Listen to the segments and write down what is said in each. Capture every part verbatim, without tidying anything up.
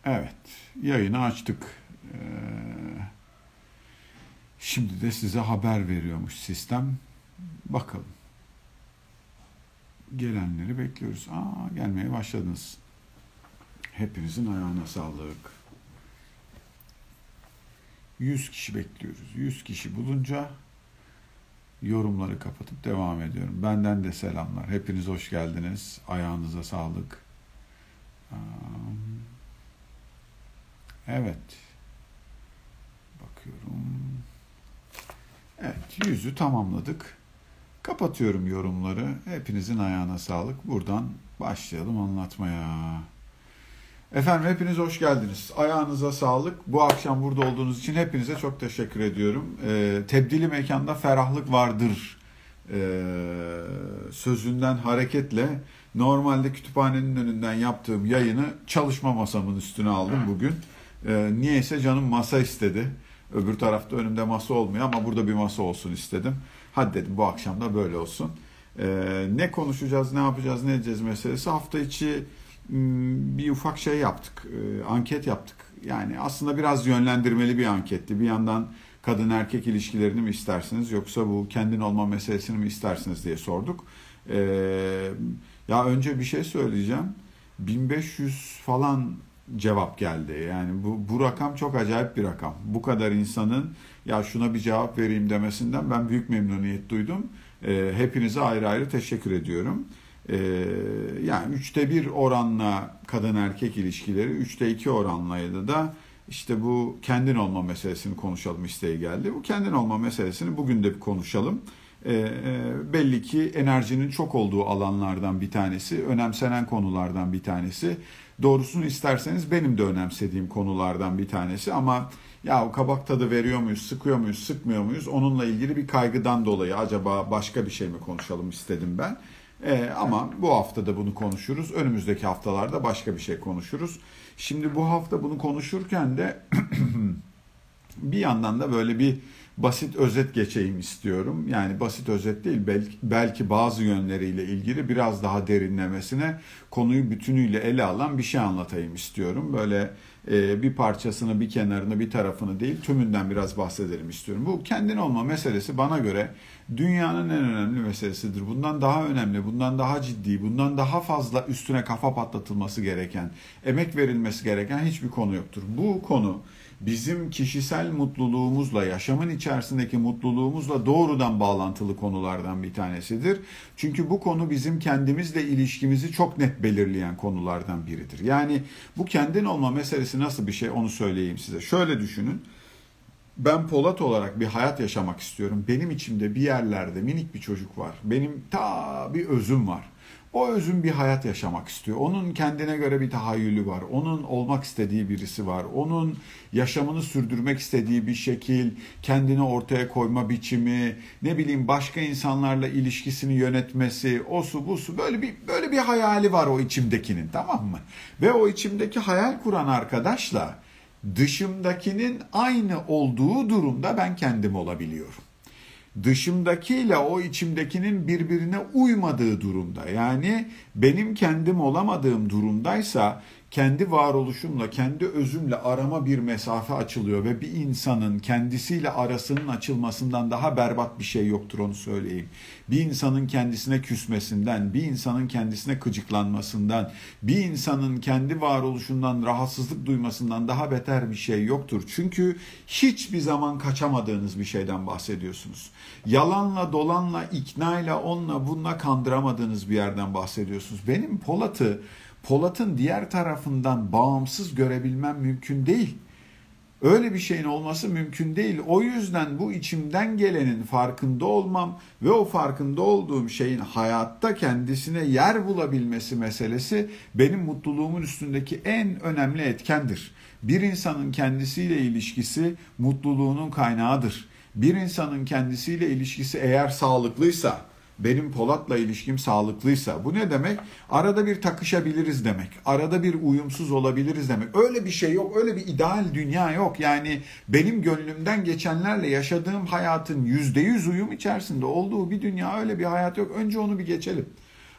Evet, yayını açtık. Ee, şimdi de size haber veriyormuş sistem. Bakalım. Gelenleri bekliyoruz. Aa, gelmeye başladınız. Hepinizin ayağına sağlık. yüz kişi bekliyoruz. yüz kişi bulunca yorumları kapatıp devam ediyorum. Benden de selamlar. Hepiniz hoş geldiniz. Ayağınıza sağlık. Evet. Bakıyorum. Evet, yüzü tamamladık. Kapatıyorum yorumları. Hepinizin ayağına sağlık. Buradan başlayalım anlatmaya. Efendim hepiniz hoş geldiniz. Ayağınıza sağlık. Bu akşam burada olduğunuz için hepinize çok teşekkür ediyorum. Ee, tebdili mekanda ferahlık vardır ee, sözünden hareketle normalde kütüphanenin önünden yaptığım yayını çalışma masamın üstüne aldım bugün. Ee, niyeyse canım masa istedi. Öbür tarafta önümde masa olmuyor ama burada bir masa olsun istedim. Hadi dedim bu akşam da böyle olsun. Ee, ne konuşacağız, ne yapacağız, ne edeceğiz meselesi. Hafta içi bir ufak şey yaptık, e, anket yaptık. Yani aslında biraz yönlendirmeli bir anketti. Bir yandan kadın erkek ilişkilerini mi istersiniz yoksa bu kendin olma meselesini mi istersiniz diye sorduk. Ee, ya önce bir şey söyleyeceğim. bin beş yüz falan cevap geldi. Yani bu, bu rakam çok acayip bir rakam. Bu kadar insanın ya şuna bir cevap vereyim demesinden ben büyük memnuniyet duydum. Ee, hepinize ayrı ayrı teşekkür ediyorum. Ee, yani üçte bir oranla kadın erkek ilişkileri, üçte iki oranlaydı da işte bu kendin olma meselesini konuşalım isteği geldi. Bu kendin olma meselesini bugün de bir konuşalım. Ee, e, belli ki enerjinin çok olduğu alanlardan bir tanesi, önemsenen konulardan bir tanesi. Doğrusunu isterseniz benim de önemsediğim konulardan bir tanesi ama ya kabak tadı veriyor muyuz, sıkıyor muyuz, sıkmıyor muyuz? Onunla ilgili bir kaygıdan dolayı acaba başka bir şey mi konuşalım istedim ben. Ee, ama bu hafta da bunu konuşuruz. Önümüzdeki haftalarda başka bir şey konuşuruz. Şimdi bu hafta bunu konuşurken de bir yandan da böyle bir basit özet geçeyim istiyorum. Yani basit özet değil, belki, belki bazı yönleriyle ilgili biraz daha derinlemesine konuyu bütünüyle ele alan bir şey anlatayım istiyorum. Böyle e, bir parçasını, bir kenarını, bir tarafını değil, tümünden biraz bahsedelim istiyorum. Bu kendin olma meselesi bana göre dünyanın en önemli meselesidir. Bundan daha önemli, bundan daha ciddi, bundan daha fazla üstüne kafa patlatılması gereken, emek verilmesi gereken hiçbir konu yoktur. Bu konu bizim kişisel mutluluğumuzla, yaşamın içerisindeki mutluluğumuzla doğrudan bağlantılı konulardan bir tanesidir. Çünkü bu konu bizim kendimizle ilişkimizi çok net belirleyen konulardan biridir. Yani bu kendin olma meselesi nasıl bir şey onu söyleyeyim size. Şöyle düşünün. Ben Polat olarak bir hayat yaşamak istiyorum. Benim içimde bir yerlerde minik bir çocuk var. Benim ta bir özüm var. O özüm bir hayat yaşamak istiyor. Onun kendine göre bir tahayyülü var. Onun olmak istediği birisi var. Onun yaşamını sürdürmek istediği bir şekil, kendini ortaya koyma biçimi, ne bileyim başka insanlarla ilişkisini yönetmesi, o su bu su böyle bir böyle bir hayali var o içimdekinin, tamam mı? Ve o içimdeki hayal kuran arkadaşla dışımdakinin aynı olduğu durumda ben kendim olabiliyorum. Dışımdakiyle o içimdekinin birbirine uymadığı durumda, yani benim kendim olamadığım durumdaysa kendi varoluşumla, kendi özümle arama bir mesafe açılıyor ve bir insanın kendisiyle arasının açılmasından daha berbat bir şey yoktur, onu söyleyeyim. Bir insanın kendisine küsmesinden, bir insanın kendisine gıcıklanmasından, bir insanın kendi varoluşundan rahatsızlık duymasından daha beter bir şey yoktur. Çünkü hiçbir zaman kaçamadığınız bir şeyden bahsediyorsunuz. Yalanla, dolanla, iknayla, onunla, bununla kandıramadığınız bir yerden bahsediyorsunuz. Benim Polat'ı Polat'ın diğer tarafından bağımsız görebilmem mümkün değil. Öyle bir şeyin olması mümkün değil. O yüzden bu içimden gelenin farkında olmam ve o farkında olduğum şeyin hayatta kendisine yer bulabilmesi meselesi benim mutluluğumun üstündeki en önemli etkendir. Bir insanın kendisiyle ilişkisi mutluluğunun kaynağıdır. Bir insanın kendisiyle ilişkisi eğer sağlıklıysa, benim Polat'la ilişkim sağlıklıysa, bu ne demek? Arada bir takışabiliriz demek. Arada bir uyumsuz olabiliriz demek. Öyle bir şey yok. Öyle bir ideal dünya yok. Yani benim gönlümden geçenlerle yaşadığım hayatın yüzde yüz uyum içerisinde olduğu bir dünya, öyle bir hayat yok. Önce onu bir geçelim.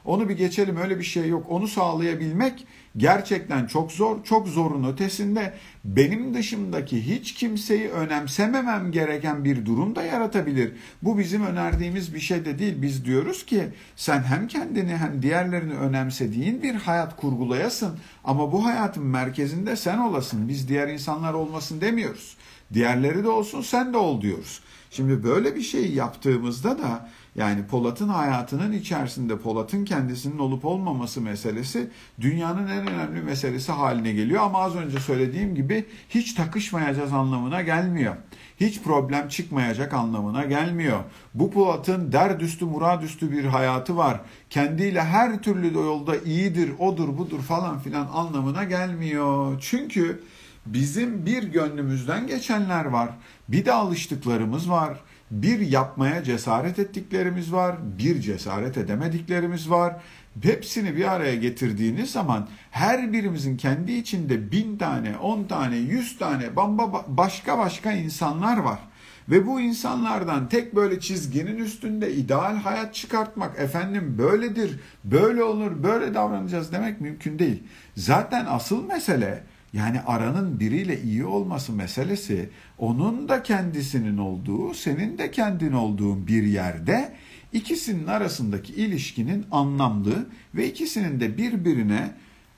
Onu bir geçelim, öyle bir şey yok. Onu sağlayabilmek gerçekten çok zor, çok zorun ötesinde benim dışımdaki hiç kimseyi önemsememem gereken bir durum da yaratabilir. Bu bizim önerdiğimiz bir şey de değil. Biz diyoruz ki sen hem kendini hem diğerlerini önemsediğin bir hayat kurgulayasın ama bu hayatın merkezinde sen olasın. Biz diğer insanlar olmasın demiyoruz. Diğerleri de olsun, sen de ol diyoruz. Şimdi böyle bir şey yaptığımızda da yani Polat'ın hayatının içerisinde Polat'ın kendisinin olup olmaması meselesi dünyanın en önemli meselesi haline geliyor. Ama az önce söylediğim gibi hiç takışmayacağız anlamına gelmiyor. Hiç problem çıkmayacak anlamına gelmiyor. Bu Polat'ın derdüstü muradüstü bir hayatı var. Kendiyle her türlü yolda iyidir, odur, budur falan filan anlamına gelmiyor. Çünkü bizim bir gönlümüzden geçenler var. Bir de alıştıklarımız var. Bir yapmaya cesaret ettiklerimiz var. Bir cesaret edemediklerimiz var. Hepsini bir araya getirdiğiniz zaman her birimizin kendi içinde bin tane, on tane, yüz tane bamba başka başka insanlar var. Ve bu insanlardan tek böyle çizginin üstünde ideal hayat çıkartmak, efendim böyledir, böyle olur, böyle davranacağız demek mümkün değil. Zaten asıl mesele, yani aranın biriyle iyi olması meselesi, onun da kendisinin olduğu, senin de kendin olduğun bir yerde ikisinin arasındaki ilişkinin anlamlı ve ikisinin de birbirine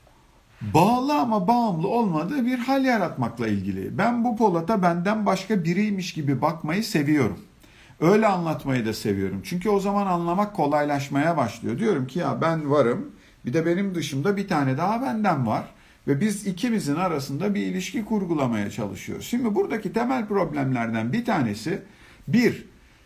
bağlı ama bağımlı olmadığı bir hal yaratmakla ilgili. Ben bu Polat'a benden başka biriymiş gibi bakmayı seviyorum. Öyle anlatmayı da seviyorum. Çünkü o zaman anlamak kolaylaşmaya başlıyor. Diyorum ki ya ben varım, bir de benim dışımda bir tane daha benden var. Ve biz ikimizin arasında bir ilişki kurgulamaya çalışıyoruz. Şimdi buradaki temel problemlerden bir tanesi, bir,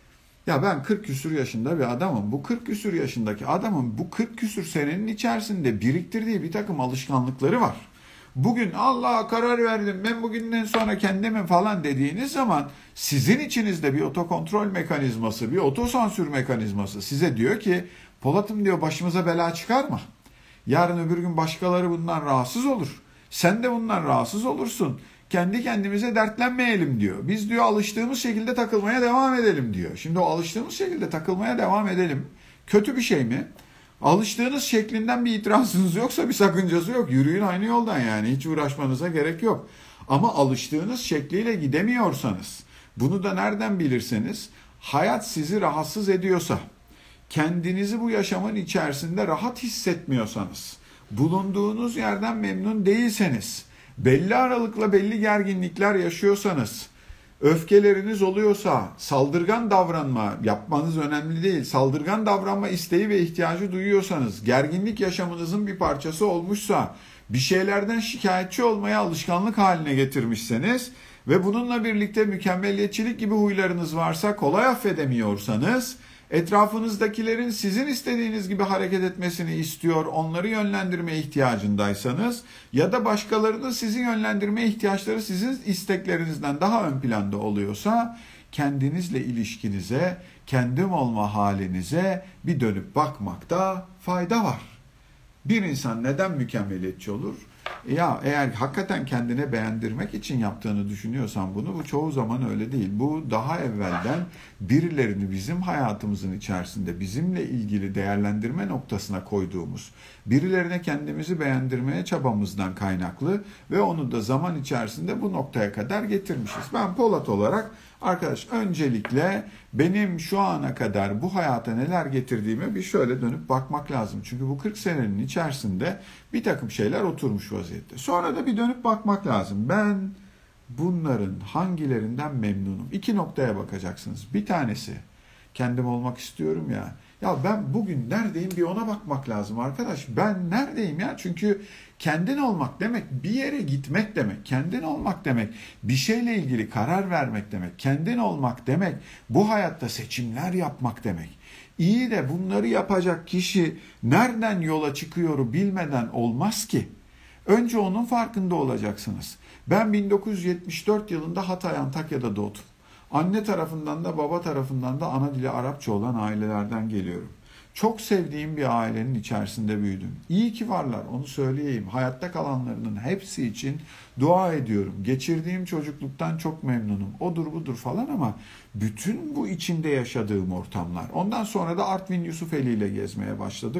ya ben kırk küsur yaşında bir adamım. Bu kırk küsur yaşındaki adamın bu kırk küsur senenin içerisinde biriktirdiği bir takım alışkanlıkları var. Bugün Allah'a karar verdim, ben bugünden sonra kendime falan dediğiniz zaman sizin içinizde bir otokontrol mekanizması, bir otosansür mekanizması size diyor ki Polat'ım diyor başımıza bela çıkarma. Yarın öbür gün başkaları bundan rahatsız olur. Sen de bundan rahatsız olursun. Kendi kendimize dertlenmeyelim diyor. Biz diyor alıştığımız şekilde takılmaya devam edelim diyor. Şimdi o alıştığımız şekilde takılmaya devam edelim. Kötü bir şey mi? Alıştığınız şeklinden bir itirazınız yoksa bir sakıncası yok. Yürüyün aynı yoldan yani. Hiç uğraşmanıza gerek yok. Ama alıştığınız şekliyle gidemiyorsanız, bunu da nereden bilirseniz, hayat sizi rahatsız ediyorsa, kendinizi bu yaşamın içerisinde rahat hissetmiyorsanız, bulunduğunuz yerden memnun değilseniz, belli aralıkla belli gerginlikler yaşıyorsanız, öfkeleriniz oluyorsa, saldırgan davranma yapmanız önemli değil, saldırgan davranma isteği ve ihtiyacı duyuyorsanız, gerginlik yaşamınızın bir parçası olmuşsa, bir şeylerden şikayetçi olmaya alışkanlık haline getirmişseniz ve bununla birlikte mükemmeliyetçilik gibi huylarınız varsa, kolay affedemiyorsanız, etrafınızdakilerin sizin istediğiniz gibi hareket etmesini istiyor, onları yönlendirme ihtiyacındaysanız ya da başkalarının sizi yönlendirme ihtiyaçları sizin isteklerinizden daha ön planda oluyorsa, kendinizle ilişkinize, kendim olma halinize bir dönüp bakmakta fayda var. Bir insan neden mükemmeliyetçi olur? Ya eğer hakikaten kendine beğendirmek için yaptığını düşünüyorsan bunu, bu çoğu zaman öyle değil. Bu daha evvelden birilerini bizim hayatımızın içerisinde bizimle ilgili değerlendirme noktasına koyduğumuz, birilerine kendimizi beğendirmeye çabamızdan kaynaklı ve onu da zaman içerisinde bu noktaya kadar getirmişiz. Ben Polat olarak arkadaş öncelikle benim şu ana kadar bu hayata neler getirdiğime bir şöyle dönüp bakmak lazım. Çünkü bu kırk senenin içerisinde bir takım şeyler oturmuş vaziyette. Sonra da bir dönüp bakmak lazım. Ben bunların hangilerinden memnunum? İki noktaya bakacaksınız. Bir tanesi, kendim olmak istiyorum ya. Ya ben bugün neredeyim bir ona bakmak lazım arkadaş. Ben neredeyim ya? Çünkü kendin olmak demek bir yere gitmek demek. Kendin olmak demek bir şeyle ilgili karar vermek demek. Kendin olmak demek bu hayatta seçimler yapmak demek. İyi de bunları yapacak kişi nereden yola çıkıyor bilmeden olmaz ki. Önce onun farkında olacaksınız. Ben bin dokuz yüz yetmiş dört yılında Hatay Antakya'da doğdum. Anne tarafından da baba tarafından da ana dili Arapça olan ailelerden geliyorum. Çok sevdiğim bir ailenin içerisinde büyüdüm. İyi ki varlar, onu söyleyeyim. Hayatta kalanlarının hepsi için dua ediyorum. Geçirdiğim çocukluktan çok memnunum. Odur budur falan ama bütün bu içinde yaşadığım ortamlar. Ondan sonra da Artvin Yusufeli ile gezmeye başladık.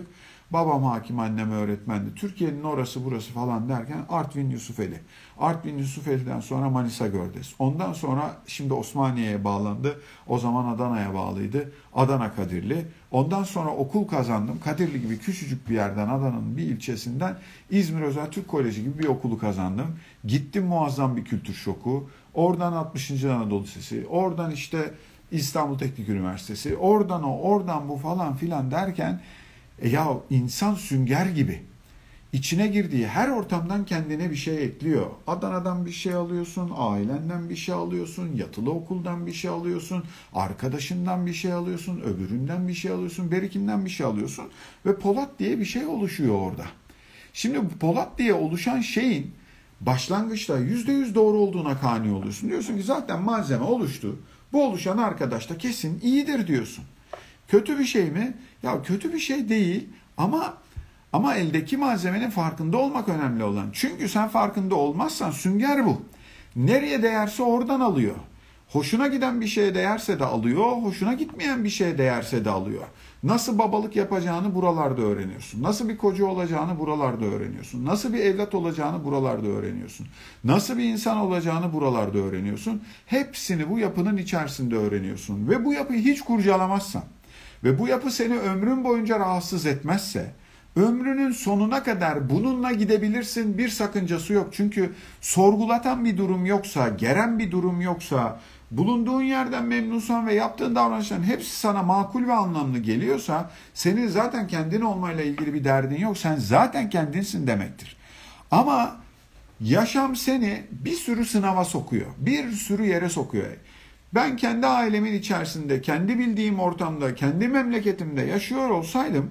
Babam hakim, annem öğretmendi. Türkiye'nin orası burası falan derken Artvin Yusufeli. Artvin Yusufeli'den sonra Manisa Gördes. Ondan sonra şimdi Osmaniye'ye bağlandı. O zaman Adana'ya bağlıydı. Adana Kadirli. Ondan sonra okul kazandım. Kadirli gibi küçücük bir yerden, Adana'nın bir ilçesinden İzmir Özel Türk Koleji gibi bir okulu kazandım. Gittim, muazzam bir kültür şoku. Oradan altmışıncı Anadolu Lisesi. Oradan işte İstanbul Teknik Üniversitesi. Oradan o, oradan bu falan filan derken e ya insan sünger gibi. İçine girdiği her ortamdan kendine bir şey ekliyor. Adana'dan bir şey alıyorsun, ailenden bir şey alıyorsun, yatılı okuldan bir şey alıyorsun, arkadaşından bir şey alıyorsun, öbüründen bir şey alıyorsun, berikinden bir şey alıyorsun ve Polat diye bir şey oluşuyor orada. Şimdi bu Polat diye oluşan şeyin başlangıçta yüzde yüz doğru olduğuna kani oluyorsun. Diyorsun ki zaten malzeme oluştu. Bu oluşan arkadaş da kesin iyidir diyorsun. Kötü bir şey mi? Ya kötü bir şey değil ama ama eldeki malzemenin farkında olmak önemli olan. Çünkü sen farkında olmazsan sünger bu. Nereye değerse oradan alıyor. Hoşuna giden bir şeye değerse de alıyor, hoşuna gitmeyen bir şeye değerse de alıyor. Nasıl babalık yapacağını buralarda öğreniyorsun. Nasıl bir koca olacağını buralarda öğreniyorsun. Nasıl bir evlat olacağını buralarda öğreniyorsun. Nasıl bir insan olacağını buralarda öğreniyorsun. Hepsini bu yapının içerisinde öğreniyorsun. Ve bu yapıyı hiç kurcalamazsan ve bu yapı seni ömrün boyunca rahatsız etmezse, ömrünün sonuna kadar bununla gidebilirsin, bir sakıncası yok. Çünkü sorgulatan bir durum yoksa, geren bir durum yoksa, bulunduğun yerden memnunsan ve yaptığın davranışların hepsi sana makul ve anlamlı geliyorsa, senin zaten kendin olmayla ilgili bir derdin yok. Sen zaten kendinsin demektir. Ama yaşam seni bir sürü sınava sokuyor, bir sürü yere sokuyor. Ben kendi ailemin içerisinde, kendi bildiğim ortamda, kendi memleketimde yaşıyor olsaydım,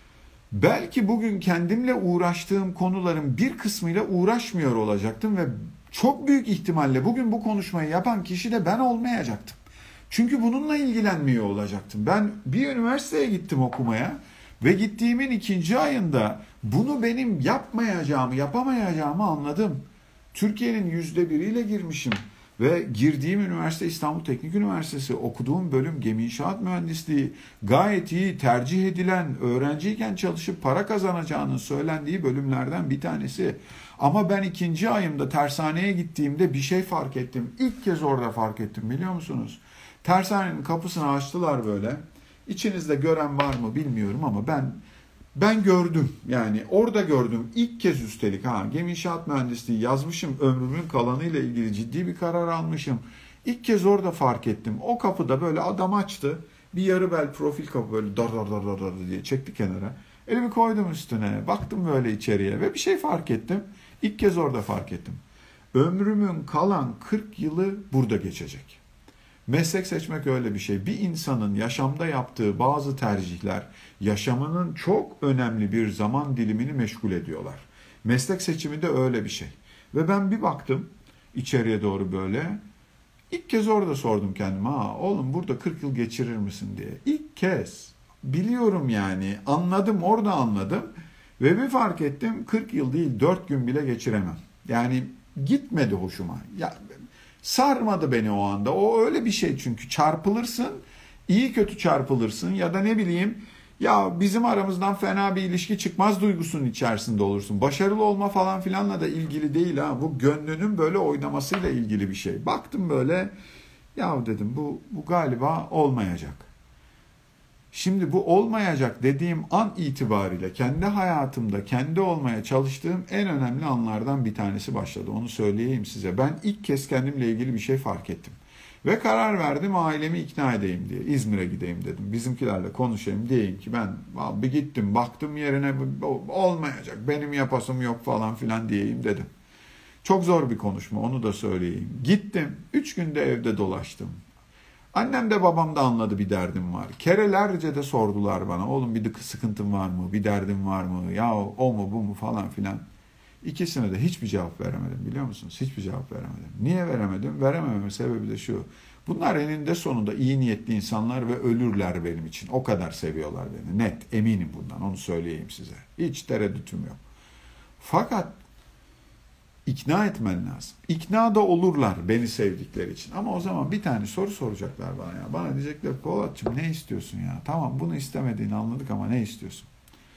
belki bugün kendimle uğraştığım konuların bir kısmıyla uğraşmıyor olacaktım ve çok büyük ihtimalle bugün bu konuşmayı yapan kişi de ben olmayacaktım. Çünkü bununla ilgilenmiyor olacaktım. Ben bir üniversiteye gittim okumaya ve gittiğimin ikinci ayında bunu benim yapmayacağımı, yapamayacağımı anladım. Türkiye'nin yüzde biriyle girmişim. Ve girdiğim üniversite İstanbul Teknik Üniversitesi, okuduğum bölüm gemi inşaat mühendisliği, gayet iyi tercih edilen, öğrenciyken çalışıp para kazanacağının söylendiği bölümlerden bir tanesi. Ama ben ikinci ayımda tersaneye gittiğimde bir şey fark ettim. İlk kez orada fark ettim, biliyor musunuz? Tersanenin kapısını açtılar böyle. İçinizde gören var mı bilmiyorum ama ben ben gördüm. Yani orada gördüm. İlk kez üstelik ha gemi inşaat mühendisliği yazmışım. Ömrümün kalanıyla ilgili ciddi bir karar almışım. İlk kez orada fark ettim. O kapıda böyle adam açtı. Bir yarı bel profil kapı böyle dar dar dar dar dar diye çekti kenara. Elimi koydum üstüne. Baktım böyle içeriye ve bir şey fark ettim. İlk kez orada fark ettim. Ömrümün kalan kırk yılı burada geçecek. Meslek seçmek öyle bir şey. Bir insanın yaşamda yaptığı bazı tercihler yaşamının çok önemli bir zaman dilimini meşgul ediyorlar. Meslek seçimi de öyle bir şey. Ve ben bir baktım içeriye doğru böyle. İlk kez orada sordum kendime. Ha oğlum burada kırk yıl geçirir misin diye. İlk kez. Biliyorum yani. Anladım, orada anladım. Ve bir fark ettim kırk yıl değil dört gün bile geçiremem. Yani gitmedi hoşuma. Ya sarmadı beni o anda. O öyle bir şey çünkü çarpılırsın, iyi kötü çarpılırsın ya da ne bileyim ya bizim aramızdan fena bir ilişki çıkmaz duygusunun içerisinde olursun. Başarılı olma falan filanla da ilgili değil ha. Bu gönlünün böyle oynamasıyla ilgili bir şey. Baktım böyle ya dedim bu bu galiba olmayacak. Şimdi bu olmayacak dediğim an itibariyle kendi hayatımda kendi olmaya çalıştığım en önemli anlardan bir tanesi başladı. Onu söyleyeyim size. Ben ilk kez kendimle ilgili bir şey fark ettim. Ve karar verdim ailemi ikna edeyim diye. İzmir'e gideyim dedim. Bizimkilerle konuşayım diyeyim ki ben bir gittim baktım yerine olmayacak. Benim yapasım yok falan filan diyeyim dedim. Çok zor bir konuşma onu da söyleyeyim. Gittim. Üç günde evde dolaştım. Annem de babam da anladı bir derdim var. Kerelerce de sordular bana. Oğlum bir sıkıntın var mı? Bir derdin var mı? Ya o mu bu mu falan filan. İkisine de hiçbir cevap veremedim biliyor musunuz? Hiçbir cevap veremedim. Niye veremedim? Veremememin sebebi de şu. Bunlar eninde sonunda iyi niyetli insanlar ve ölürler benim için. O kadar seviyorlar beni. Net eminim bundan onu söyleyeyim size. Hiç tereddütüm yok. Fakat İkna etmen lazım. İkna da olurlar beni sevdikleri için. Ama o zaman bir tane soru soracaklar bana ya. Bana diyecekler Polatcığım ne istiyorsun ya? Tamam bunu istemediğini anladık ama ne istiyorsun?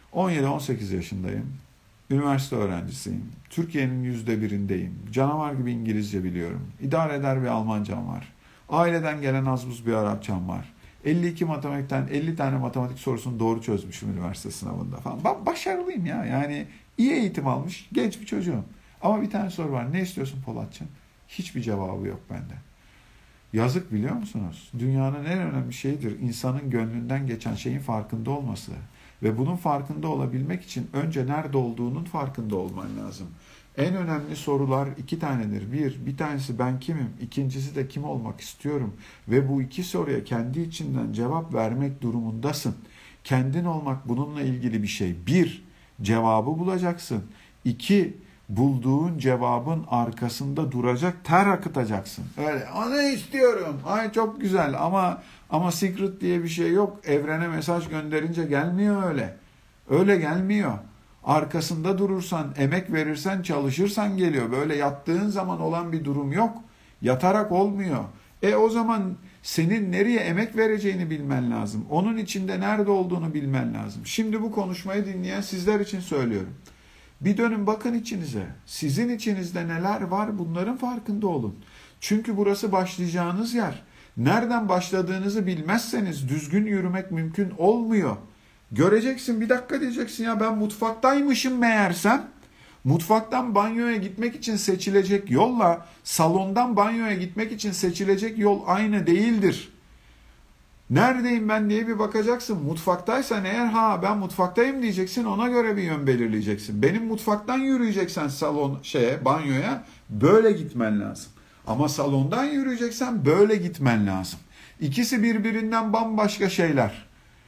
on yedi on sekiz yaşındayım. Üniversite öğrencisiyim. Türkiye'nin yüzde birindeyim. Canavar gibi İngilizce biliyorum. İdare eder bir Almancam var. Aileden gelen az buz bir Arapçam var. elli iki matematikten elli tane matematik sorusunu doğru çözmüşüm üniversite sınavında falan. Ben başarılıyım ya. Yani iyi eğitim almış genç bir çocuğum. Ama bir tane soru var. Ne istiyorsun Polatcığım? Hiçbir cevabı yok bende. Yazık, biliyor musunuz? Dünyanın en önemli şeyidir insanın gönlünden geçen şeyin farkında olması. Ve bunun farkında olabilmek için önce nerede olduğunun farkında olman lazım. En önemli sorular iki tanedir. Bir, bir tanesi ben kimim? İkincisi de kim olmak istiyorum? Ve bu iki soruya kendi içinden cevap vermek durumundasın. Kendin olmak bununla ilgili bir şey. Bir, cevabı bulacaksın. İki, bulduğun cevabın arkasında duracak, ter akıtacaksın. Öyle, onu istiyorum. Ay çok güzel ama ama secret diye bir şey yok. Evrene mesaj gönderince gelmiyor öyle. Öyle gelmiyor. Arkasında durursan, emek verirsen, çalışırsan geliyor. Böyle yattığın zaman olan bir durum yok. Yatarak olmuyor. E o zaman senin nereye emek vereceğini bilmen lazım. Onun içinde nerede olduğunu bilmen lazım. Şimdi bu konuşmayı dinleyen sizler için söylüyorum. Bir dönün bakın içinize. Sizin içinizde neler var, bunların farkında olun. Çünkü burası başlayacağınız yer. Nereden başladığınızı bilmezseniz düzgün yürümek mümkün olmuyor. Göreceksin, bir dakika diyeceksin, ya ben mutfaktaymışım meğersem. Mutfaktan banyoya gitmek için seçilecek yolla salondan banyoya gitmek için seçilecek yol aynı değildir. Neredeyim ben diye bir bakacaksın. Mutfaktaysan eğer, ha ben mutfaktayım diyeceksin, ona göre bir yön belirleyeceksin. Benim mutfaktan yürüyeceksen salon şeye banyoya böyle gitmen lazım. Ama salondan yürüyeceksen böyle gitmen lazım. İkisi birbirinden bambaşka şeyler.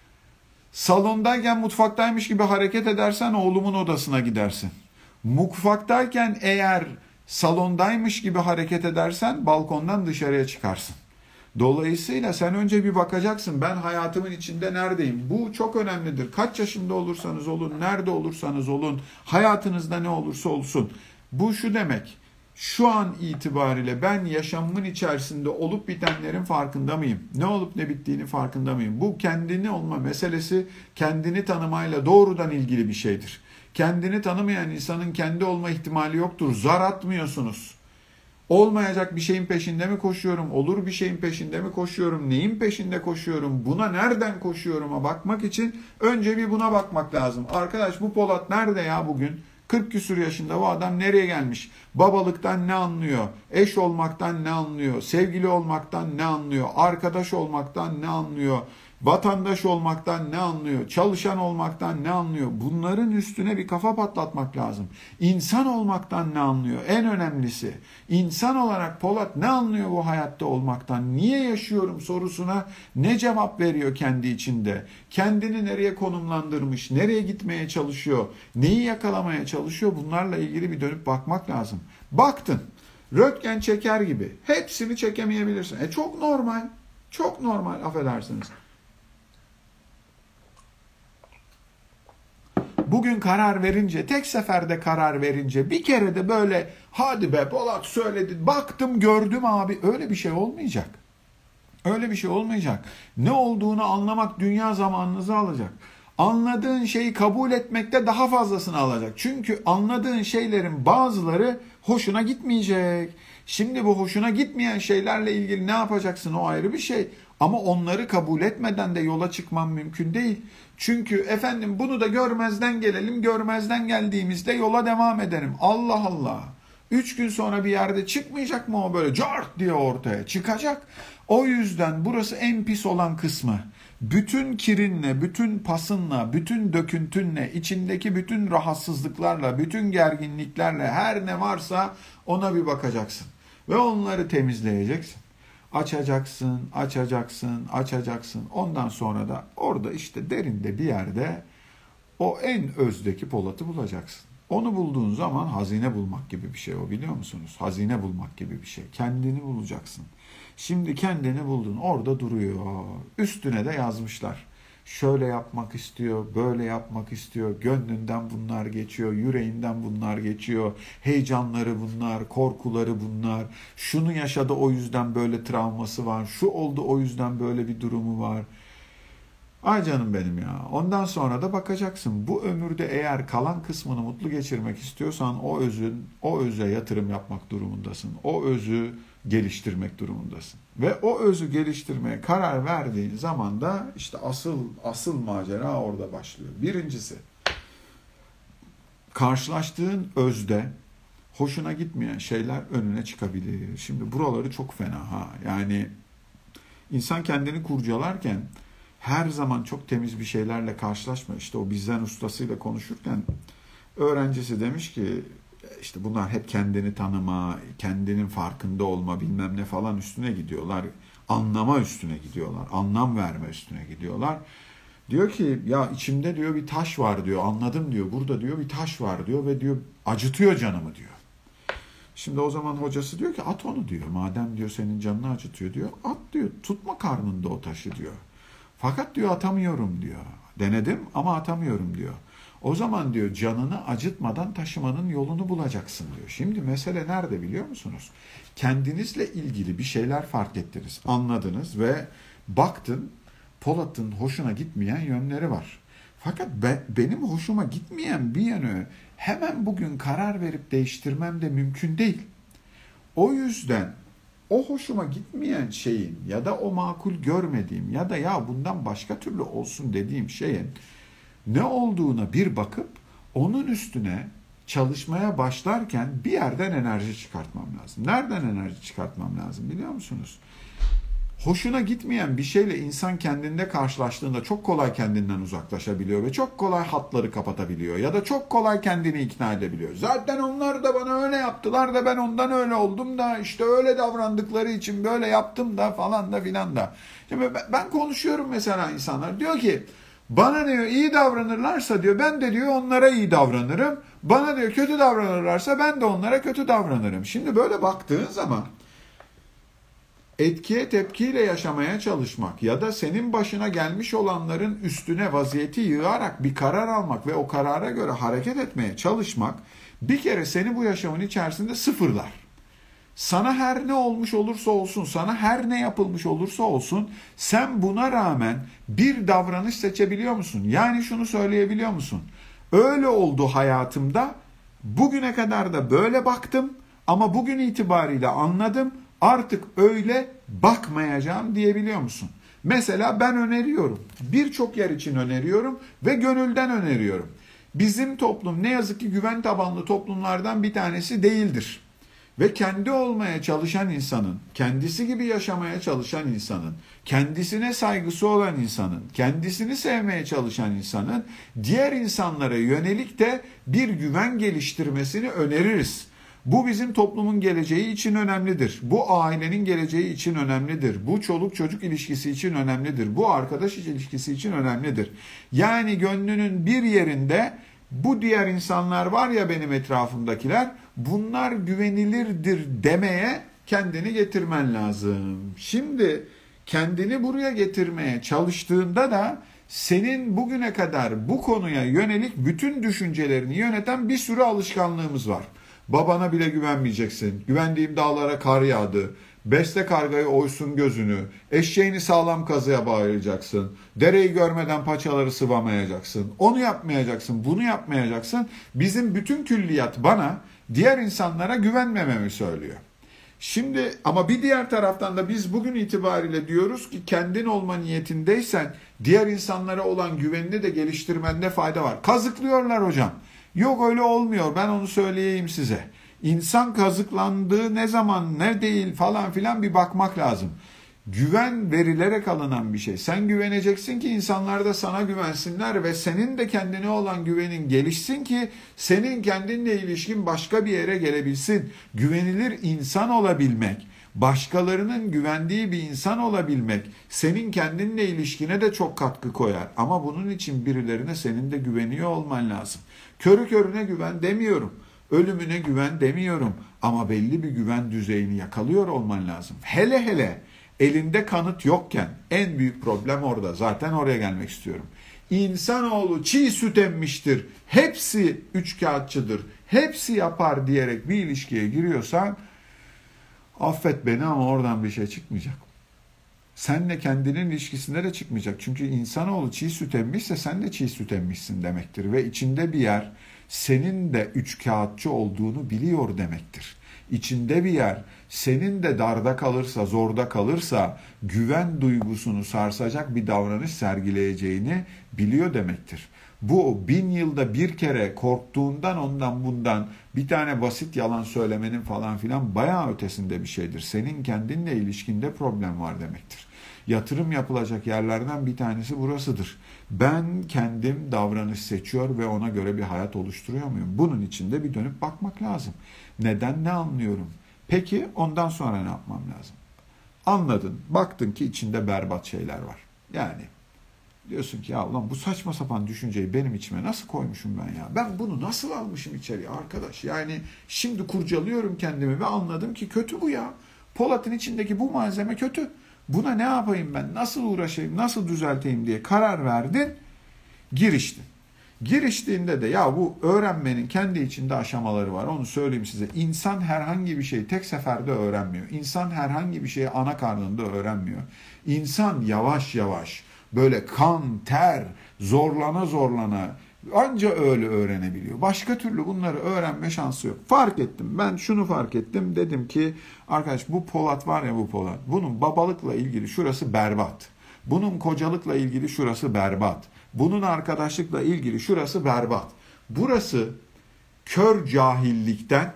Salondayken mutfaktaymış gibi hareket edersen oğlumun odasına gidersin. Mutfaktayken eğer salondaymış gibi hareket edersen balkondan dışarıya çıkarsın. Dolayısıyla sen önce bir bakacaksın, ben hayatımın içinde neredeyim? Bu çok önemlidir. Kaç yaşında olursanız olun, nerede olursanız olun, hayatınızda ne olursa olsun. Bu şu demek, şu an itibariyle ben yaşamımın içerisinde olup bitenlerin farkında mıyım? Ne olup ne bittiğini farkında mıyım? Bu kendini olma meselesi kendini tanımayla doğrudan ilgili bir şeydir. Kendini tanımayan insanın kendi olma ihtimali yoktur. Zar atmıyorsunuz. Olmayacak bir şeyin peşinde mi koşuyorum? Olur bir şeyin peşinde mi koşuyorum? Neyin peşinde koşuyorum? Buna nereden koşuyorum'a bakmak için önce bir buna bakmak lazım. Arkadaş, bu Polat nerede ya bugün? kırk küsur yaşında bu adam nereye gelmiş? Babalıktan ne anlıyor? Eş olmaktan ne anlıyor? Sevgili olmaktan ne anlıyor? Arkadaş olmaktan ne anlıyor? Vatandaş olmaktan ne anlıyor? Çalışan olmaktan ne anlıyor? Bunların üstüne bir kafa patlatmak lazım. İnsan olmaktan ne anlıyor? En önemlisi. İnsan olarak Polat ne anlıyor bu hayatta olmaktan? Niye yaşıyorum sorusuna ne cevap veriyor kendi içinde? Kendini nereye konumlandırmış? Nereye gitmeye çalışıyor? Neyi yakalamaya çalışıyor? Bunlarla ilgili bir dönüp bakmak lazım. Baktın. Röntgen çeker gibi. Hepsini çekemeyebilirsin. E çok normal. Çok normal, affedersiniz. Bugün karar verince, tek seferde karar verince, bir kere de böyle hadi be Polat söyledi, baktım gördüm abi, öyle bir şey olmayacak. Öyle bir şey olmayacak. Ne olduğunu anlamak dünya zamanınızı alacak. Anladığın şeyi kabul etmekte daha fazlasını alacak. Çünkü anladığın şeylerin bazıları hoşuna gitmeyecek. Şimdi bu hoşuna gitmeyen şeylerle ilgili ne yapacaksın, o ayrı bir şey. Ama onları kabul etmeden de yola çıkman mümkün değil. Çünkü efendim bunu da görmezden gelelim, görmezden geldiğimizde yola devam ederim. Allah Allah. Üç gün sonra bir yerde çıkmayacak mı o böyle cart diye ortaya çıkacak. O yüzden burası en pis olan kısmı. Bütün kirinle, bütün pasınla, bütün döküntünle, içindeki bütün rahatsızlıklarla, bütün gerginliklerle her ne varsa ona bir bakacaksın. Ve onları temizleyeceksin. Açacaksın, açacaksın, açacaksın. Ondan sonra da orada işte derinde bir yerde o en özdeki Polat'ı bulacaksın. Onu bulduğun zaman hazine bulmak gibi bir şey o, biliyor musunuz? Hazine bulmak gibi bir şey. Kendini bulacaksın. Şimdi kendini buldun, orada duruyor. Üstüne de yazmışlar. Şöyle yapmak istiyor, böyle yapmak istiyor. Gönlünden bunlar geçiyor, yüreğinden bunlar geçiyor. Heyecanları bunlar, korkuları bunlar. Şunu yaşadı, o yüzden böyle travması var. Şu oldu, o yüzden böyle bir durumu var. Ay canım benim ya. Ondan sonra da bakacaksın. Bu ömürde eğer kalan kısmını mutlu geçirmek istiyorsan o özün, o öze yatırım yapmak durumundasın. O özü geliştirmek durumundasın. Ve o özü geliştirmeye karar verdiğin zaman da işte asıl asıl macera orada başlıyor. Birincisi, karşılaştığın özde hoşuna gitmeyen şeyler önüne çıkabilir. Şimdi buraları çok fena ha. Yani insan kendini kurcalarken her zaman çok temiz bir şeylerle karşılaşma. İşte o bizden ustasıyla konuşurken öğrencisi demiş ki işte bunlar hep kendini tanıma, kendinin farkında olma bilmem ne falan üstüne gidiyorlar. Anlama üstüne gidiyorlar. Anlam verme üstüne gidiyorlar. Diyor ki ya içimde diyor bir taş var diyor. Anladım diyor. Burada diyor bir taş var diyor ve diyor acıtıyor canımı diyor. Şimdi o zaman hocası diyor ki at onu diyor. Madem diyor senin canını acıtıyor diyor. At diyor. Tutma karnında o taşı diyor. Fakat diyor atamıyorum diyor. Denedim ama atamıyorum diyor. O zaman diyor canını acıtmadan taşımanın yolunu bulacaksın diyor. Şimdi mesele nerede biliyor musunuz? Kendinizle ilgili bir şeyler fark ettiniz, anladınız ve baktın Polat'ın hoşuna gitmeyen yönleri var. Fakat ben, benim hoşuma gitmeyen bir yönü hemen bugün karar verip değiştirmem de mümkün değil. O yüzden o hoşuma gitmeyen şeyin ya da o makul görmediğim ya da ya bundan başka türlü olsun dediğim şeyin ne olduğuna bir bakıp onun üstüne çalışmaya başlarken bir yerden enerji çıkartmam lazım. Nereden enerji çıkartmam lazım biliyor musunuz? Hoşuna gitmeyen bir şeyle insan kendinde karşılaştığında çok kolay kendinden uzaklaşabiliyor ve çok kolay hatları kapatabiliyor ya da çok kolay kendini ikna edebiliyor. Zaten onlar da bana öyle yaptılar da ben ondan öyle oldum da işte öyle davrandıkları için böyle yaptım da falan da filan da. Şimdi ben konuşuyorum mesela insanlar diyor ki bana diyor iyi davranırlarsa diyor ben de diyor onlara iyi davranırım. Bana diyor kötü davranırlarsa ben de onlara kötü davranırım. Şimdi böyle baktığın zaman etkiye tepkiyle yaşamaya çalışmak ya da senin başına gelmiş olanların üstüne vaziyeti yığarak bir karar almak ve o karara göre hareket etmeye çalışmak bir kere seni bu yaşamın içerisinde sıfırlar. Sana her ne olmuş olursa olsun, sana her ne yapılmış olursa olsun sen buna rağmen bir davranış seçebiliyor musun? Yani şunu söyleyebiliyor musun? Öyle oldu hayatımda, bugüne kadar da böyle baktım ama bugün itibariyle anladım. Artık öyle bakmayacağım diyebiliyor musun? Mesela ben öneriyorum. Birçok yer için öneriyorum ve gönülden öneriyorum. Bizim toplum ne yazık ki güven tabanlı toplumlardan bir tanesi değildir. Ve kendi olmaya çalışan insanın, kendisi gibi yaşamaya çalışan insanın, kendisine saygısı olan insanın, kendisini sevmeye çalışan insanın diğer insanlara yönelik de bir güven geliştirmesini öneririz. Bu bizim toplumun geleceği için önemlidir. Bu ailenin geleceği için önemlidir. Bu çoluk çocuk ilişkisi için önemlidir. Bu arkadaş ilişkisi için önemlidir. Yani gönlünün bir yerinde bu diğer insanlar var ya benim etrafımdakiler, bunlar güvenilirdir demeye kendini getirmen lazım. Şimdi kendini buraya getirmeye çalıştığında da senin bugüne kadar bu konuya yönelik bütün düşüncelerini yöneten bir sürü alışkanlığımız var. Babana bile güvenmeyeceksin. Güvendiğim dağlara kar yağdı. Beste kargayı oysun gözünü. Eşeğini sağlam kazıya bağlayacaksın. Dereyi görmeden paçaları sıvamayacaksın. Onu yapmayacaksın, bunu yapmayacaksın. Bizim bütün külliyat bana diğer insanlara güvenmememi söylüyor. Şimdi ama bir diğer taraftan da biz bugün itibariyle diyoruz ki kendin olma niyetindeysen diğer insanlara olan güvenini de geliştirmende fayda var. Kazıklıyorlar hocam. Yok öyle olmuyor, ben onu söyleyeyim size. İnsan kazıklandığı ne zaman ne değil falan filan bir bakmak lazım. Güven verilerek alınan bir şey. Sen güveneceksin ki insanlar da sana güvensinler ve senin de kendine olan güvenin gelişsin ki senin kendinle ilişkin başka bir yere gelebilsin. Güvenilir insan olabilmek, başkalarının güvendiği bir insan olabilmek senin kendinle ilişkine de çok katkı koyar. Ama bunun için birilerine senin de güveniyor olman lazım. Körü körüne güven demiyorum. Ölümüne güven demiyorum. Ama belli bir güven düzeyini yakalıyor olman lazım. Hele hele elinde kanıt yokken en büyük problem orada. Zaten oraya gelmek istiyorum. İnsanoğlu çiğ süt emmiştir. Hepsi üçkağıtçıdır. Hepsi yapar diyerek bir ilişkiye giriyorsan affet beni ama oradan bir şey çıkmayacak. Senle kendinin ilişkisinde de çıkmayacak. Çünkü insanoğlu çiğ süt emmişse sen de çiğ süt emmişsin demektir. Ve içinde bir yer senin de üç kağıtçı olduğunu biliyor demektir. İçinde bir yer senin de darda kalırsa, zorda kalırsa güven duygusunu sarsacak bir davranış sergileyeceğini biliyor demektir. Bu bin yılda bir kere korktuğundan ondan bundan bir tane basit yalan söylemenin falan filan bayağı ötesinde bir şeydir. Senin kendinle ilişkinde problem var demektir. Yatırım yapılacak yerlerden bir tanesi burasıdır. Ben kendim davranış seçiyor ve ona göre bir hayat oluşturuyor muyum? Bunun için de bir dönüp bakmak lazım. Neden, ne anlıyorum? Peki ondan sonra ne yapmam lazım? Anladın, baktın ki içinde berbat şeyler var. Yani diyorsun ki ya ulan bu saçma sapan düşünceyi benim içime nasıl koymuşum ben ya? Ben bunu nasıl almışım içeriye arkadaş? Yani şimdi kurcalıyorum kendimi ve anladım ki kötü bu ya. Polat'ın içindeki bu malzeme kötü. Buna ne yapayım ben? Nasıl uğraşayım? Nasıl düzelteyim diye karar verdin. Giriştin. Giriştiğinde de ya bu öğrenmenin kendi içinde aşamaları var. Onu söyleyeyim size. İnsan herhangi bir şeyi tek seferde öğrenmiyor. İnsan herhangi bir şeyi ana karnında öğrenmiyor. İnsan yavaş yavaş böyle kan, ter, zorlana zorlana anca öyle öğrenebiliyor. Başka türlü bunları öğrenme şansı yok. Fark ettim. Ben şunu fark ettim. Dedim ki arkadaş bu Polat var ya bu Polat. Bunun babalıkla ilgili şurası berbat. Bunun kocalıkla ilgili şurası berbat. Bunun arkadaşlıkla ilgili şurası berbat. Burası kör cahillikten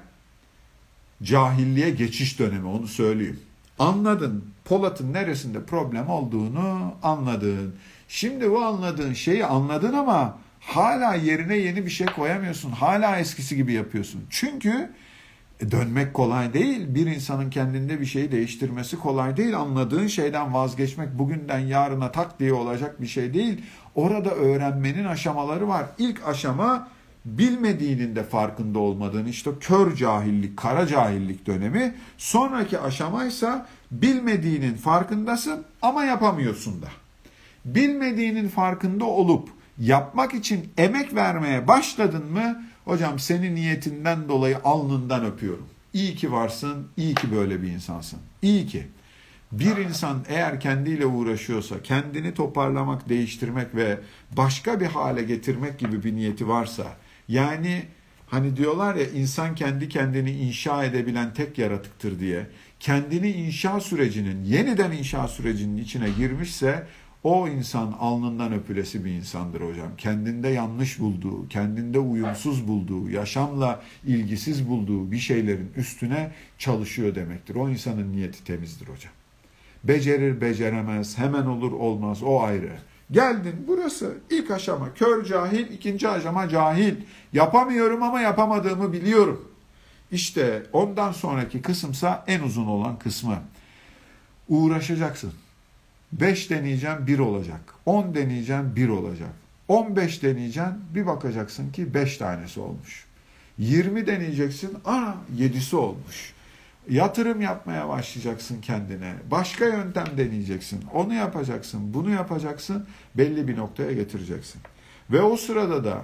cahilliğe geçiş dönemi, onu söyleyeyim. Anladın. Polat'ın neresinde problem olduğunu anladın. Şimdi bu anladığın şeyi anladın ama hala yerine yeni bir şey koyamıyorsun. Hala eskisi gibi yapıyorsun. Çünkü dönmek kolay değil. Bir insanın kendinde bir şeyi değiştirmesi kolay değil. Anladığın şeyden vazgeçmek bugünden yarına tak diye olacak bir şey değil. Orada öğrenmenin aşamaları var. İlk aşama bilmediğinin de farkında olmadığın işte kör cahillik, kara cahillik dönemi. Sonraki aşamaysa bilmediğinin farkındasın ama yapamıyorsun da. Bilmediğinin farkında olup yapmak için emek vermeye başladın mı? Hocam senin niyetinden dolayı alnından öpüyorum. İyi ki varsın, iyi ki böyle bir insansın. İyi ki. Bir insan eğer kendiyle uğraşıyorsa, kendini toparlamak, değiştirmek ve başka bir hale getirmek gibi bir niyeti varsa, yani hani diyorlar ya insan kendi kendini inşa edebilen tek yaratıktır diye, kendini inşa sürecinin, yeniden inşa sürecinin içine girmişse, o insan alnından öpülesi bir insandır hocam. Kendinde yanlış bulduğu, kendinde uyumsuz bulduğu, yaşamla ilgisiz bulduğu bir şeylerin üstüne çalışıyor demektir. O insanın niyeti temizdir hocam. Becerir, beceremez, hemen olur, olmaz, o ayrı. Geldin, burası ilk aşama kör cahil, ikinci aşama cahil. Yapamıyorum ama yapamadığımı biliyorum. İşte ondan sonraki kısımsa en uzun olan kısmı. Uğraşacaksın. beş deneyeceğim bir olacak. on deneyeceğim bir olacak. on beş deneyeceğim bir bakacaksın ki beş tanesi olmuş. yirmi deneyeceksin, ana yedisi olmuş. Yatırım yapmaya başlayacaksın kendine. Başka yöntem deneyeceksin. Onu yapacaksın, bunu yapacaksın. Belli bir noktaya getireceksin. Ve o sırada da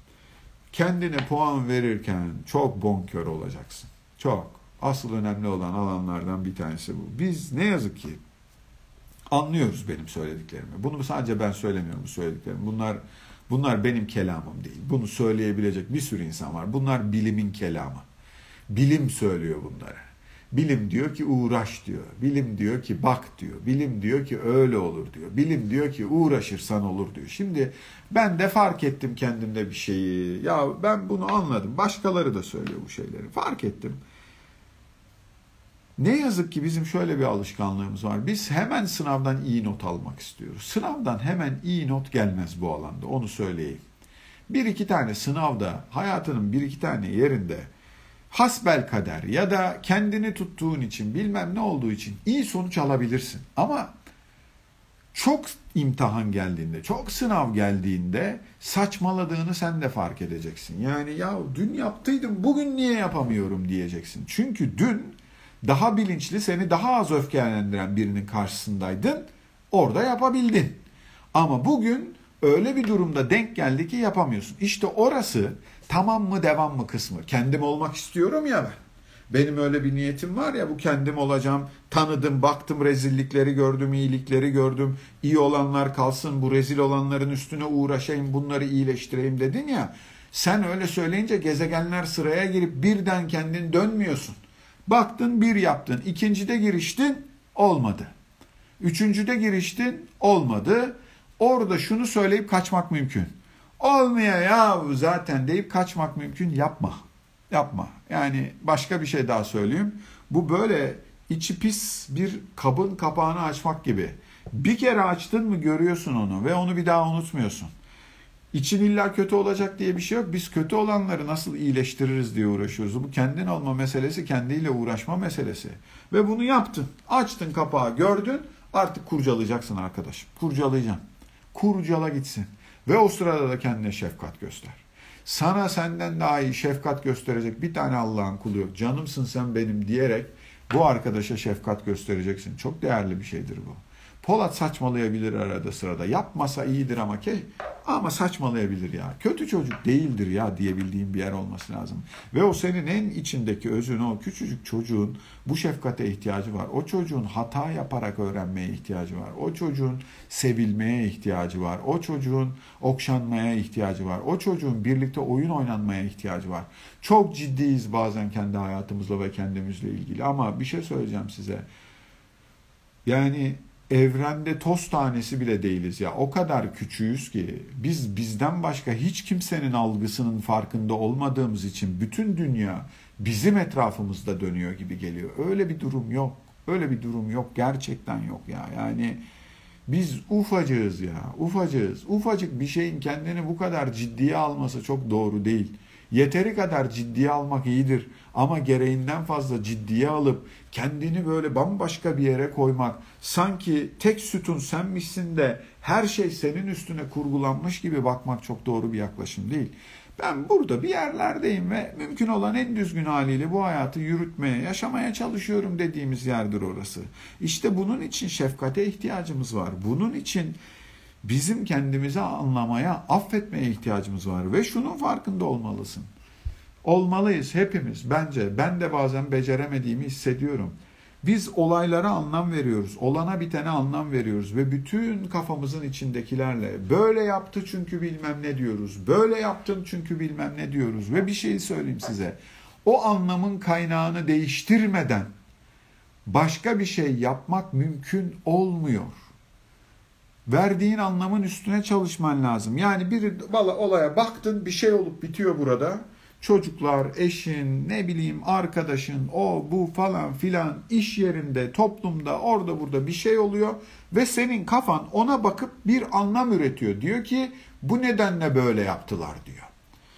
kendine puan verirken çok bonkör olacaksın. Çok. Asıl önemli olan alanlardan bir tanesi bu. Biz ne yazık ki anlıyoruz benim söylediklerimi. Bunu sadece ben söylemiyorum bu söylediklerimi. Bunlar bunlar benim kelamım değil. Bunu söyleyebilecek bir sürü insan var. Bunlar bilimin kelamı. Bilim söylüyor bunları. Bilim diyor ki uğraş diyor. Bilim diyor ki bak diyor. Bilim diyor ki öyle olur diyor. Bilim diyor ki uğraşırsan olur diyor. Şimdi ben de fark ettim kendimde bir şeyi. Ya ben bunu anladım. Başkaları da söylüyor bu şeyleri. Fark ettim. Ne yazık ki bizim şöyle bir alışkanlığımız var. Biz hemen sınavdan iyi not almak istiyoruz. Sınavdan hemen iyi not gelmez bu alanda. Onu söyleyeyim. Bir iki tane sınavda, hayatının bir iki tane yerinde hasbelkader ya da kendini tuttuğun için bilmem ne olduğu için iyi sonuç alabilirsin. Ama çok imtihan geldiğinde, çok sınav geldiğinde saçmaladığını sen de fark edeceksin. Yani ya dün yaptıydım bugün niye yapamıyorum diyeceksin. Çünkü dün daha bilinçli, seni daha az öfkelendiren birinin karşısındaydın, orada yapabildin. Ama bugün öyle bir durumda denk geldi ki yapamıyorsun. İşte orası tamam mı devam mı kısmı. Kendim olmak istiyorum ya ben. Benim öyle bir niyetim var ya, bu kendim olacağım. Tanıdım, baktım, rezillikleri gördüm, iyilikleri gördüm. İyi olanlar kalsın, bu rezil olanların üstüne uğraşayım, bunları iyileştireyim dedin ya. Sen öyle söyleyince gezegenler sıraya girip birden kendin dönmüyorsun. Baktın, bir yaptın. İkincide giriştin, olmadı. Üçüncüde giriştin, olmadı. Orada şunu söyleyip kaçmak mümkün. Olmuyor ya zaten deyip kaçmak mümkün. Yapma. Yapma. Yani başka bir şey daha söyleyeyim. Bu böyle içi pis bir kabın kapağını açmak gibi. Bir kere açtın mı görüyorsun onu ve onu bir daha unutmuyorsun. İçin illa kötü olacak diye bir şey yok. Biz kötü olanları nasıl iyileştiririz diye uğraşıyoruz. Bu kendin olma meselesi, kendiyle uğraşma meselesi. Ve bunu yaptın. Açtın kapağı, gördün. Artık kurcalayacaksın arkadaşım. Kurcalayacaksın. Kurcala gitsin. Ve o sırada da kendine şefkat göster. Sana senden daha iyi şefkat gösterecek bir tane Allah'ın kulu yok. Canımsın sen benim diyerek bu arkadaşa şefkat göstereceksin. Çok değerli bir şeydir bu. Polat saçmalayabilir arada sırada. Yapmasa iyidir ama ki ama saçmalayabilir ya. Kötü çocuk değildir ya diyebildiğin bir yer olması lazım. Ve o senin en içindeki özün, o küçücük çocuğun bu şefkate ihtiyacı var. O çocuğun hata yaparak öğrenmeye ihtiyacı var. O çocuğun sevilmeye ihtiyacı var. O çocuğun okşanmaya ihtiyacı var. O çocuğun birlikte oyun oynanmaya ihtiyacı var. Çok ciddiyiz bazen kendi hayatımızla ve kendimizle ilgili ama bir şey söyleyeceğim size. Yani evrende toz tanesi bile değiliz ya. O kadar küçüğüz ki biz bizden başka hiç kimsenin algısının farkında olmadığımız için bütün dünya bizim etrafımızda dönüyor gibi geliyor. Öyle bir durum yok. Öyle bir durum yok. Gerçekten yok ya. Yani biz ufacığız ya. Ufacığız. Ufacık bir şeyin kendini bu kadar ciddiye alması çok doğru değil. Yeteri kadar ciddiye almak iyidir. Ama gereğinden fazla ciddiye alıp kendini böyle bambaşka bir yere koymak, sanki tek sütun senmişsin de her şey senin üstüne kurgulanmış gibi bakmak çok doğru bir yaklaşım değil. Ben burada bir yerlerdeyim ve mümkün olan en düzgün haliyle bu hayatı yürütmeye, yaşamaya çalışıyorum dediğimiz yerdir orası. İşte bunun için şefkate ihtiyacımız var. Bunun için bizim kendimizi anlamaya, affetmeye ihtiyacımız var ve şunun farkında olmalısın. Olmalıyız hepimiz bence. Ben de bazen beceremediğimi hissediyorum. Biz olaylara anlam veriyoruz. Olana bitene anlam veriyoruz. Ve bütün kafamızın içindekilerle böyle yaptı çünkü bilmem ne diyoruz. Böyle yaptın çünkü bilmem ne diyoruz. Ve bir şey söyleyeyim size. O anlamın kaynağını değiştirmeden başka bir şey yapmak mümkün olmuyor. Verdiğin anlamın üstüne çalışman lazım. Yani bir valla olaya baktın, bir şey olup bitiyor burada. Çocuklar, eşin, ne bileyim arkadaşın, o bu falan filan, iş yerinde, toplumda, orada burada bir şey oluyor ve senin kafan ona bakıp bir anlam üretiyor. Diyor ki bu nedenle böyle yaptılar diyor.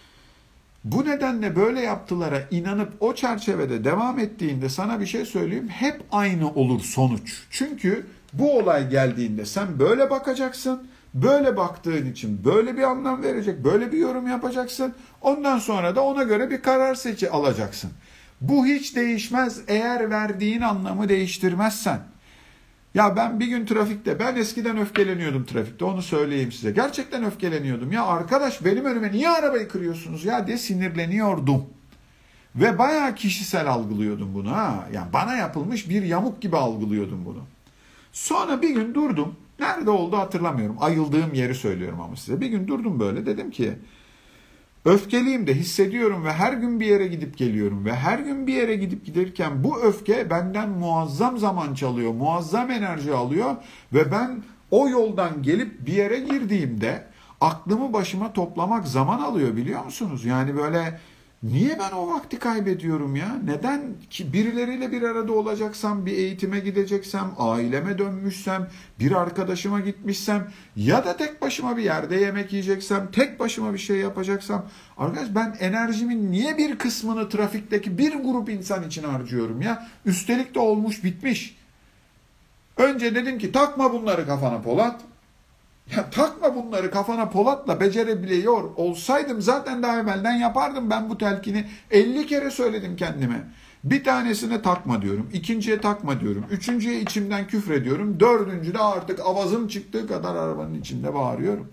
Bu nedenle böyle yaptılara inanıp o çerçevede devam ettiğinde sana bir şey söyleyeyim, hep aynı olur sonuç. Çünkü bu olay geldiğinde sen böyle bakacaksın. Böyle baktığın için böyle bir anlam verecek, böyle bir yorum yapacaksın. Ondan sonra da ona göre bir karar seçi alacaksın. Bu hiç değişmez eğer verdiğin anlamı değiştirmezsen. Ya ben bir gün trafikte, ben eskiden öfkeleniyordum trafikte, onu söyleyeyim size. Gerçekten öfkeleniyordum. Ya arkadaş benim önüme niye arabayı kırıyorsunuz ya diye sinirleniyordum. Ve bayağı kişisel algılıyordum bunu ha. Yani bana yapılmış bir yamuk gibi algılıyordum bunu. Sonra bir gün durdum. Nerede oldu hatırlamıyorum. Ayıldığım yeri söylüyorum ama size. Bir gün durdum böyle, dedim ki öfkeliyim de hissediyorum ve her gün bir yere gidip geliyorum ve her gün bir yere gidip gelirken bu öfke benden muazzam zaman çalıyor, muazzam enerji alıyor ve ben o yoldan gelip bir yere girdiğimde aklımı başıma toplamak zaman alıyor, biliyor musunuz? Yani böyle niye ben o vakti kaybediyorum ya? Neden ki birileriyle bir arada olacaksam, bir eğitime gideceksem, aileme dönmüşsem, bir arkadaşıma gitmişsem ya da tek başıma bir yerde yemek yiyeceksem, tek başıma bir şey yapacaksam, arkadaş ben enerjimin niye bir kısmını trafikteki bir grup insan için harcıyorum ya? Üstelik de olmuş bitmiş. Önce dedim ki takma bunları kafana Polat. Ya takma bunları kafana Polat'la, becerebiliyor olsaydım zaten daha evvelden yapardım ben bu telkini. elli kere söyledim kendime. Bir tanesine takma diyorum, ikinciye takma diyorum, üçüncüye içimden küfrediyorum, dördüncüde artık avazım çıktığı kadar arabanın içinde bağırıyorum.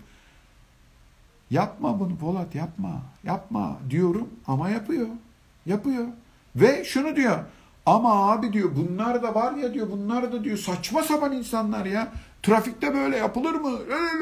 Yapma bunu Polat, yapma, yapma diyorum ama yapıyor, yapıyor. Ve şunu diyor, ama abi diyor, bunlar da var ya diyor, bunlar da diyor saçma sapan insanlar ya. Trafikte böyle yapılır mı?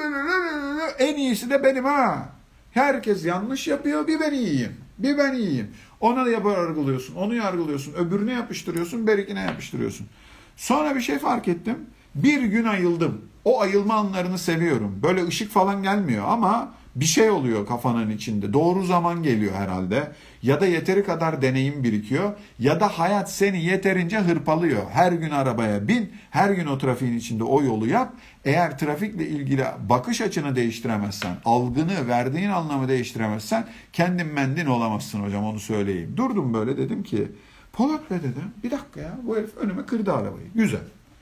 En iyisi de benim ha. Herkes yanlış yapıyor, bir ben iyiyim. Bir ben iyiyim. Ona da yargılıyorsun, onu yargılıyorsun, öbürüne yapıştırıyorsun, berikine yapıştırıyorsun. Sonra bir şey fark ettim. Bir gün ayıldım. O ayılma anlarını seviyorum. Böyle ışık falan gelmiyor ama bir şey oluyor kafanın içinde. Doğru zaman geliyor herhalde. Ya da yeteri kadar deneyim birikiyor. Ya da hayat seni yeterince hırpalıyor. Her gün arabaya bin. Her gün o trafiğin içinde o yolu yap. Eğer trafikle ilgili bakış açını değiştiremezsen, algını, verdiğin anlamı değiştiremezsen kendin mendin olamazsın hocam, onu söyleyeyim. Durdum böyle, dedim ki Polat Bey dedim, bir dakika ya, bu herif önüme kırdı arabayı. Güzel.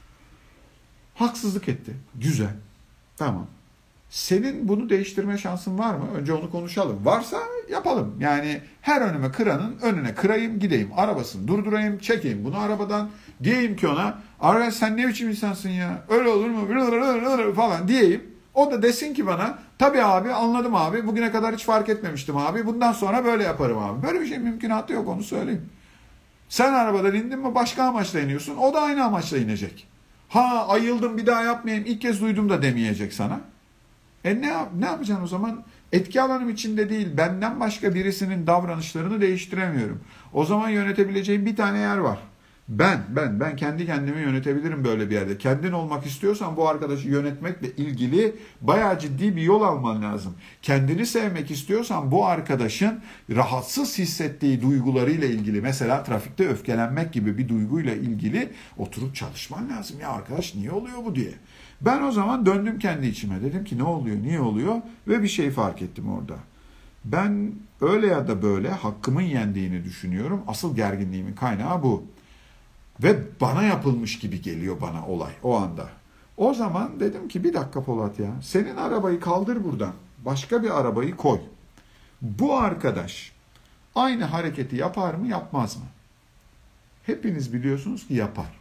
Haksızlık etti. Güzel. Tamam. Senin bunu değiştirme şansın var mı? Önce onu konuşalım. Varsa yapalım. Yani her önüme kıranın önüne kırayım, gideyim. Arabasını durdurayım, çekeyim bunu arabadan. Diyeyim ki ona, arkadaş sen ne biçim insansın ya? Öyle olur mu? Falan diyeyim. O da desin ki bana, tabii abi, anladım abi. Bugüne kadar hiç fark etmemiştim abi. Bundan sonra böyle yaparım abi. Böyle bir şey mümkünatı yok, onu söyleyeyim. Sen arabadan indin mi başka amaçla iniyorsun. O da aynı amaçla inecek. Ha ayıldım, bir daha yapmayayım, ilk kez duydum da demeyecek sana. E ne, yap, ne yapacaksın o zaman? Etki alanım içinde değil, benden başka birisinin davranışlarını değiştiremiyorum. O zaman yönetebileceğim bir tane yer var. Ben, ben, ben kendi kendimi yönetebilirim böyle bir yerde. Kendin olmak istiyorsan bu arkadaşı yönetmekle ilgili bayağı ciddi bir yol alman lazım. Kendini sevmek istiyorsan bu arkadaşın rahatsız hissettiği duygularıyla ilgili, mesela trafikte öfkelenmek gibi bir duyguyla ilgili oturup çalışman lazım. Ya arkadaş niye oluyor bu diye. Ben o zaman döndüm kendi içime. Dedim ki ne oluyor, niye oluyor? Ve bir şey fark ettim orada. Ben öyle ya da böyle hakkımın yendiğini düşünüyorum. Asıl gerginliğimin kaynağı bu. Ve bana yapılmış gibi geliyor bana olay o anda. O zaman dedim ki bir dakika Polat ya, senin arabayı kaldır buradan. Başka bir arabayı koy. Bu arkadaş aynı hareketi yapar mı, yapmaz mı? Hepiniz biliyorsunuz ki yapar.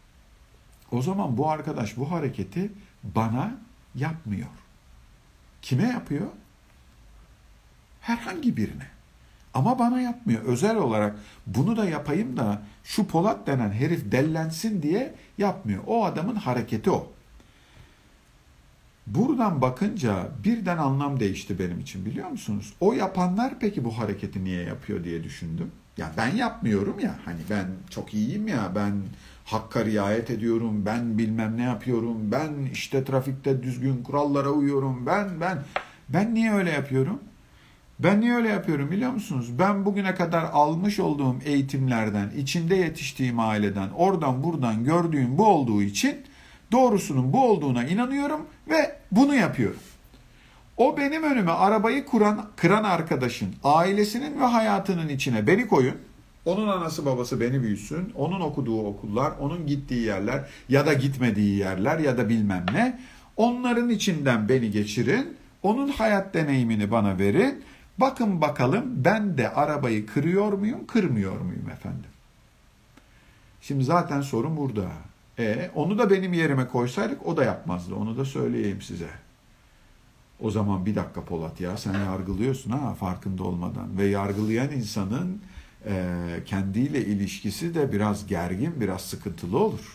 O zaman bu arkadaş bu hareketi bana yapmıyor. Kime yapıyor? Herhangi birine. Ama bana yapmıyor. Özel olarak bunu da yapayım da şu Polat denen herif dellensin diye yapmıyor. O adamın hareketi o. Buradan bakınca birden anlam değişti benim için, biliyor musunuz? O yapanlar peki bu hareketi niye yapıyor diye düşündüm. Ya ben yapmıyorum ya, hani ben çok iyiyim ya, ben hakka riayet ediyorum, ben bilmem ne yapıyorum, ben işte trafikte düzgün kurallara uyuyorum, ben ben ben niye öyle yapıyorum? Ben niye öyle yapıyorum biliyor musunuz? Ben bugüne kadar almış olduğum eğitimlerden, içinde yetiştiğim aileden, oradan buradan gördüğüm bu olduğu için doğrusunun bu olduğuna inanıyorum ve bunu yapıyorum. O benim önüme arabayı kuran, kıran arkadaşın ailesinin ve hayatının içine beni koyun. Onun anası babası beni büyüsün. Onun okuduğu okullar, onun gittiği yerler ya da gitmediği yerler ya da bilmem ne. Onların içinden beni geçirin. Onun hayat deneyimini bana verin. Bakın bakalım ben de arabayı kırıyor muyum, kırmıyor muyum efendim? Şimdi zaten sorun burada. E, onu da benim yerime koysaydık o da yapmazdı. Onu da söyleyeyim size. O zaman bir dakika Polat ya, sen yargılıyorsun ha farkında olmadan. Ve yargılayan insanın e, kendiyle ilişkisi de biraz gergin, biraz sıkıntılı olur.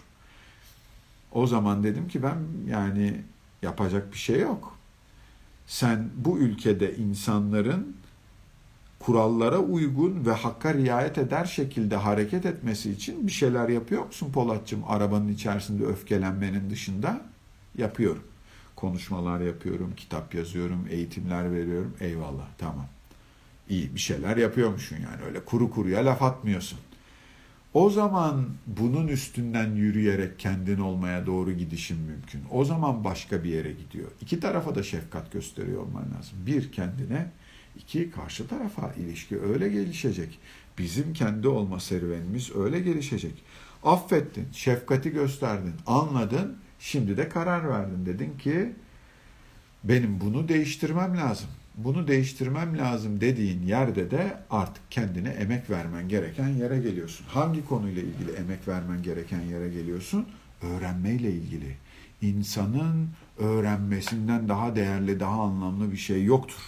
O zaman dedim ki ben yani yapacak bir şey yok. Sen bu ülkede insanların kurallara uygun ve hakka riayet eder şekilde hareket etmesi için bir şeyler yapıyor musun Polatcığım? Arabanın içerisinde öfkelenmenin dışında yapıyorum. Konuşmalar yapıyorum, kitap yazıyorum, eğitimler veriyorum. Eyvallah, tamam. İyi bir şeyler yapıyormuşsun yani, öyle kuru kuruya laf atmıyorsun. O zaman bunun üstünden yürüyerek kendin olmaya doğru gidişin mümkün. O zaman başka bir yere gidiyor. İki tarafa da şefkat gösteriyor olman lazım. Bir, kendine, iki, karşı tarafa. İlişki öyle gelişecek. Bizim kendi olma serüvenimiz öyle gelişecek. Affettin, şefkati gösterdin, anladın, şimdi de karar verdin. Dedin ki benim bunu değiştirmem lazım. Bunu değiştirmem lazım dediğin yerde de artık kendine emek vermen gereken yere geliyorsun. Hangi konuyla ilgili emek vermen gereken yere geliyorsun? Öğrenmeyle ilgili. İnsanın öğrenmesinden daha değerli, daha anlamlı bir şey yoktur.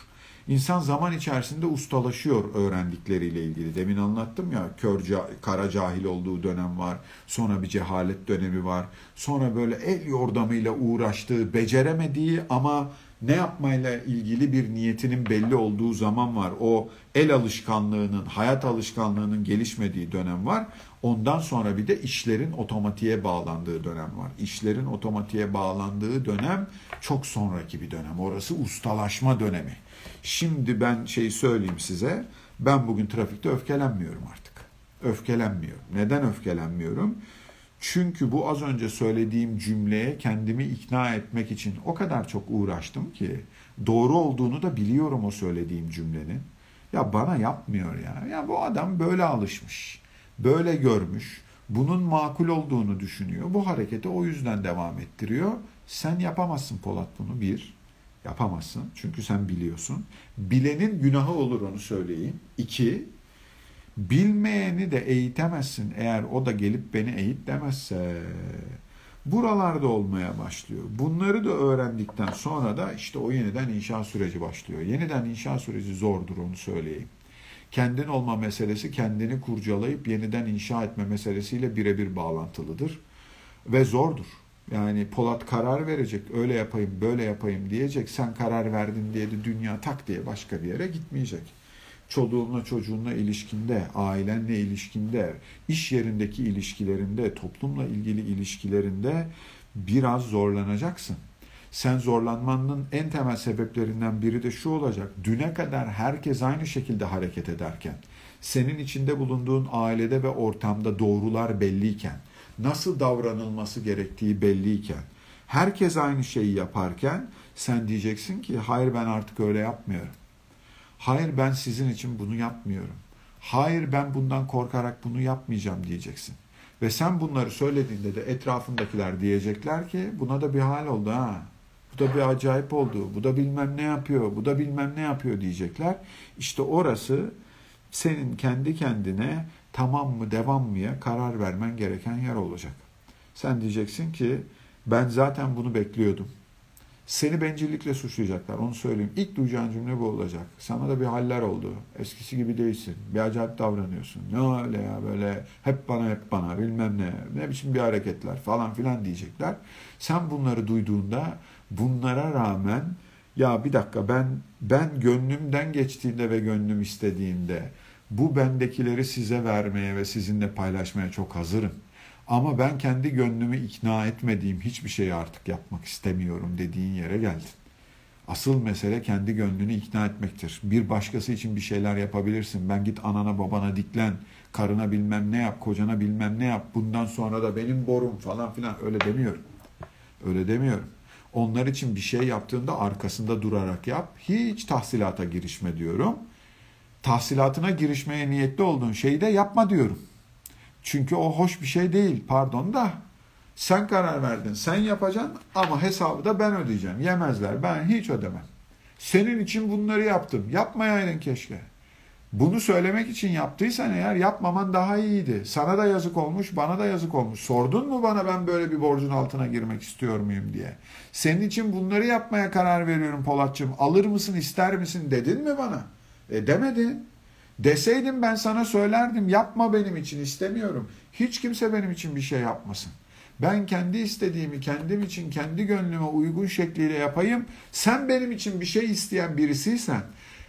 İnsan zaman içerisinde ustalaşıyor öğrendikleriyle ilgili. Demin anlattım ya, kör, kara cahil olduğu dönem var. Sonra bir cehalet dönemi var. Sonra böyle el yordamıyla uğraştığı, beceremediği ama ne yapmayla ilgili bir niyetinin belli olduğu zaman var. O el alışkanlığının, hayat alışkanlığının gelişmediği dönem var. Ondan sonra bir de işlerin otomatiğe bağlandığı dönem var. İşlerin otomatiğe bağlandığı dönem çok sonraki bir dönem. Orası ustalaşma dönemi. Şimdi ben şey söyleyeyim size. Ben bugün trafikte öfkelenmiyorum artık. Öfkelenmiyorum. Neden öfkelenmiyorum? Çünkü bu az önce söylediğim cümleye kendimi ikna etmek için o kadar çok uğraştım ki doğru olduğunu da biliyorum o söylediğim cümlenin. Ya bana yapmıyor ya. Ya bu adam böyle alışmış. Böyle görmüş. Bunun makul olduğunu düşünüyor. Bu hareketi o yüzden devam ettiriyor. Sen yapamazsın Polat bunu. Bir, yapamazsın. Çünkü sen biliyorsun. Bilenin günahı olur, onu söyleyeyim. İki, bilmeyeni de eğitemezsin eğer o da gelip beni eğit demezse. Buralarda olmaya başlıyor. Bunları da öğrendikten sonra da işte o yeniden inşa süreci başlıyor. Yeniden inşa süreci zordur, onu söyleyeyim. Kendin olma meselesi kendini kurcalayıp yeniden inşa etme meselesiyle birebir bağlantılıdır ve zordur. Yani Polat karar verecek, öyle yapayım, böyle yapayım diyecek. Sen karar verdin diye de dünya tak diye başka bir yere gitmeyecek. Çoluğunla çocuğunla ilişkinde, ailenle ilişkinde, iş yerindeki ilişkilerinde, toplumla ilgili ilişkilerinde biraz zorlanacaksın. Sen zorlanmanın en temel sebeplerinden biri de şu olacak. Düne kadar herkes aynı şekilde hareket ederken, senin içinde bulunduğun ailede ve ortamda doğrular belliyken, nasıl davranılması gerektiği belliyken, herkes aynı şeyi yaparken sen diyeceksin ki hayır, ben artık öyle yapmıyorum. Hayır, ben sizin için bunu yapmıyorum. Hayır, ben bundan korkarak bunu yapmayacağım diyeceksin. Ve sen bunları söylediğinde de etrafındakiler diyecekler ki buna da bir hal oldu ha. Bu da bir acayip oldu. Bu da bilmem ne yapıyor. Bu da bilmem ne yapıyor diyecekler. İşte orası senin kendi kendine tamam mı devam mıya karar vermen gereken yer olacak. Sen diyeceksin ki ben zaten bunu bekliyordum. Seni bencillikle suçlayacaklar, onu söyleyeyim. İlk duyacağın cümle bu olacak. Sana da bir haller oldu. Eskisi gibi değilsin. Bir acayip davranıyorsun. Ne öyle ya, böyle hep bana hep bana bilmem ne. Ne biçim bir hareketler falan filan diyecekler. Sen bunları duyduğunda bunlara rağmen ya bir dakika, ben ben gönlümden geçtiğinde ve gönlüm istediğinde bu bendekileri size vermeye ve sizinle paylaşmaya çok hazırım. Ama ben kendi gönlümü ikna etmediğim hiçbir şeyi artık yapmak istemiyorum dediğin yere geldin. Asıl mesele kendi gönlünü ikna etmektir. Bir başkası için bir şeyler yapabilirsin. Ben git anana babana diklen, karına bilmem ne yap, kocana bilmem ne yap. Bundan sonra da benim borum falan filan, öyle demiyorum. Öyle demiyorum. Onlar için bir şey yaptığında arkasında durarak yap. Hiç tahsilata girişme diyorum. Tahsilatına girişmeye niyetli olduğun şeyi de yapma diyorum. Çünkü o hoş bir şey değil, pardon da. Sen karar verdin, sen yapacaksın ama hesabı da ben ödeyeceğim. Yemezler, ben hiç ödemem. Senin için bunları yaptım, yapmayaydın keşke. Bunu söylemek için yaptıysan eğer yapmaman daha iyiydi. Sana da yazık olmuş, bana da yazık olmuş. Sordun mu bana ben böyle bir borcun altına girmek istiyor muyum diye. Senin için bunları yapmaya karar veriyorum Polatcığım. Alır mısın, ister misin dedin mi bana? E demedin. Deseydim ben sana söylerdim, yapma benim için, istemiyorum. Hiç kimse benim için bir şey yapmasın. Ben kendi istediğimi kendim için, kendi gönlüme uygun şekliyle yapayım. Sen benim için bir şey isteyen birisiysen,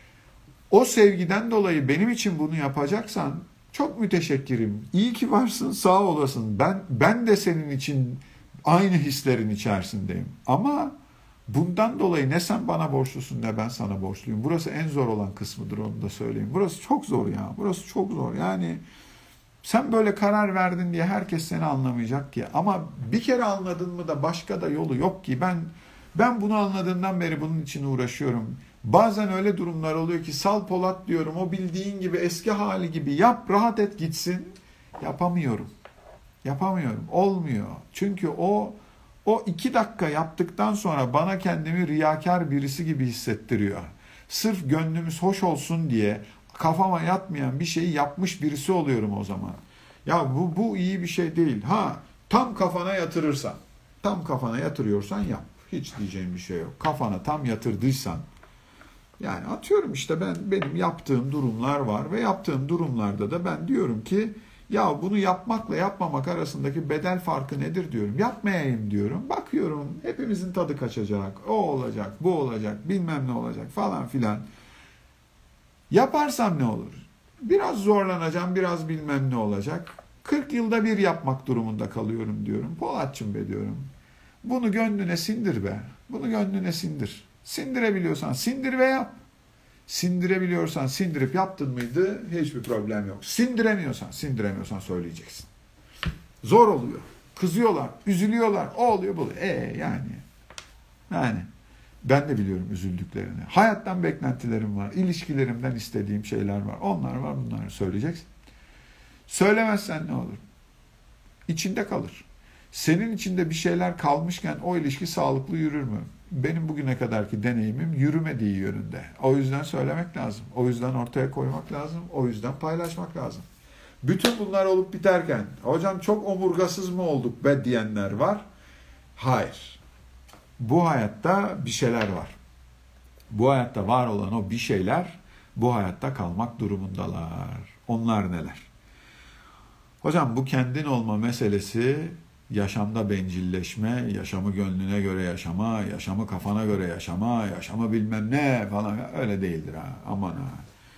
o sevgiden dolayı benim için bunu yapacaksan çok müteşekkirim. İyi ki varsın, sağ olasın. Ben ben de senin için aynı hislerin içerisindeyim. Ama bundan dolayı ne sen bana borçlusun ne ben sana borçluyum. Burası en zor olan kısmıdır, onu da söyleyeyim. Burası çok zor ya. Burası çok zor. Yani sen böyle karar verdin diye herkes seni anlamayacak ki. Ama bir kere anladın mı da başka da yolu yok ki. Ben ben bunu anladığımdan beri bunun için uğraşıyorum. Bazen öyle durumlar oluyor ki sal Polat diyorum. O bildiğin gibi eski hali gibi yap, rahat et gitsin. Yapamıyorum. Yapamıyorum. Olmuyor. Çünkü o O iki dakika yaptıktan sonra bana kendimi riyakar birisi gibi hissettiriyor. Sırf gönlümüz hoş olsun diye kafama yatmayan bir şeyi yapmış birisi oluyorum o zaman. Ya bu, bu iyi bir şey değil. Ha, tam kafana yatırırsan, tam kafana yatırıyorsan yap. Hiç diyeceğim bir şey yok. Kafana tam yatırdıysan, Yani atıyorum işte ben benim yaptığım durumlar var ve yaptığım durumlarda da ben diyorum ki ya bunu yapmakla yapmamak arasındaki bedel farkı nedir diyorum. Yapmayayım diyorum. Bakıyorum hepimizin tadı kaçacak. O olacak, bu olacak, bilmem ne olacak falan filan. Yaparsam ne olur? Biraz zorlanacağım, biraz bilmem ne olacak. kırk yılda bir yapmak durumunda kalıyorum diyorum. Polatçım be diyorum. Bunu gönlüne sindir be. Bunu gönlüne sindir. Sindirebiliyorsan sindir ve yap. Sindirebiliyorsan sindirip yaptın mıydı hiçbir problem yok. Sindiremiyorsan, sindiremiyorsan söyleyeceksin. Zor oluyor. Kızıyorlar, üzülüyorlar. O oluyor, bu oluyor. E yani. Yani. Ben de biliyorum üzüldüklerini. Hayattan beklentilerim var. İlişkilerimden istediğim şeyler var. Onlar var, bunları söyleyeceksin. Söylemezsen ne olur? İçinde kalır. Senin içinde bir şeyler kalmışken o ilişki sağlıklı yürür mü? Benim bugüne kadarki deneyimim yürümediği yönünde. O yüzden söylemek lazım. O yüzden ortaya koymak lazım. O yüzden paylaşmak lazım. Bütün bunlar olup biterken, hocam çok omurgasız mı olduk be diyenler var. Hayır. Bu hayatta bir şeyler var. Bu hayatta var olan o bir şeyler bu hayatta kalmak durumundalar. Onlar neler? Hocam bu kendin olma meselesi yaşamda bencilleşme, yaşamı gönlüne göre yaşama, yaşamı kafana göre yaşama, yaşamı bilmem ne falan öyle değildir ha. Aman ha.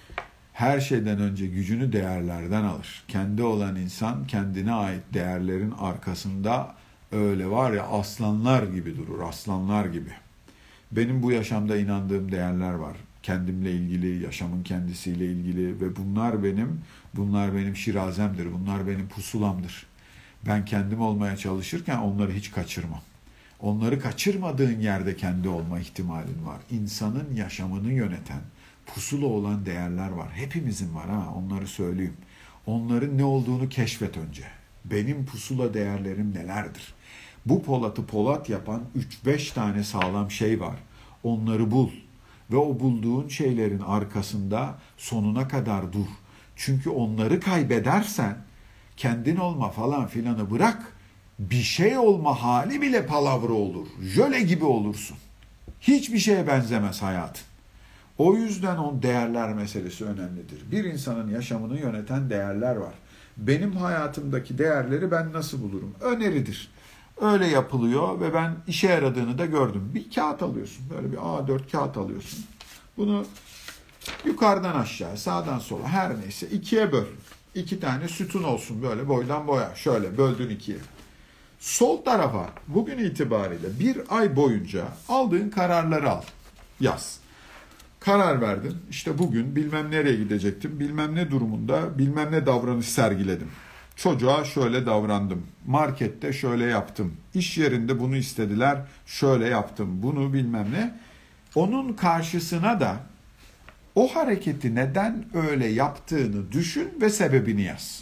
Her şeyden önce gücünü değerlerden alır. Kendi olan insan kendine ait değerlerin arkasında öyle var ya aslanlar gibi durur, aslanlar gibi. Benim bu yaşamda inandığım değerler var. Kendimle ilgili, yaşamın kendisiyle ilgili ve bunlar benim, bunlar benim şirazemdir, bunlar benim pusulamdır. Ben kendim olmaya çalışırken onları hiç kaçırmam. Onları kaçırmadığın yerde kendi olma ihtimalin var. İnsanın yaşamını yöneten, pusula olan değerler var. Hepimizin var ha, onları söyleyeyim. Onların ne olduğunu keşfet önce. Benim pusula değerlerim nelerdir? Bu Polat'ı Polat yapan üç beş tane sağlam şey var. Onları bul. Ve o bulduğun şeylerin arkasında sonuna kadar dur. Çünkü onları kaybedersen kendin olma falan filanı bırak. Bir şey olma hali bile palavra olur. Jöle gibi olursun. Hiçbir şeye benzemez hayatın. O yüzden o değerler meselesi önemlidir. Bir insanın yaşamını yöneten değerler var. Benim hayatımdaki değerleri ben nasıl bulurum? Öneridir. Öyle yapılıyor ve ben işe yaradığını da gördüm. Bir kağıt alıyorsun. Böyle bir A dört kağıt alıyorsun. Bunu yukarıdan aşağı, sağdan sola her neyse ikiye böl. İki tane sütun olsun böyle boydan boya. Şöyle böldün ikiye. Sol tarafa bugün itibariyle bir ay boyunca aldığın kararları al. Yaz. Karar verdin. İşte bugün bilmem nereye gidecektim. Bilmem ne durumunda bilmem ne davranış sergiledim. Çocuğa şöyle davrandım. Markette şöyle yaptım. İş yerinde bunu istediler. Şöyle yaptım. Bunu bilmem ne. Onun karşısına da o hareketi neden öyle yaptığını düşün ve sebebini yaz.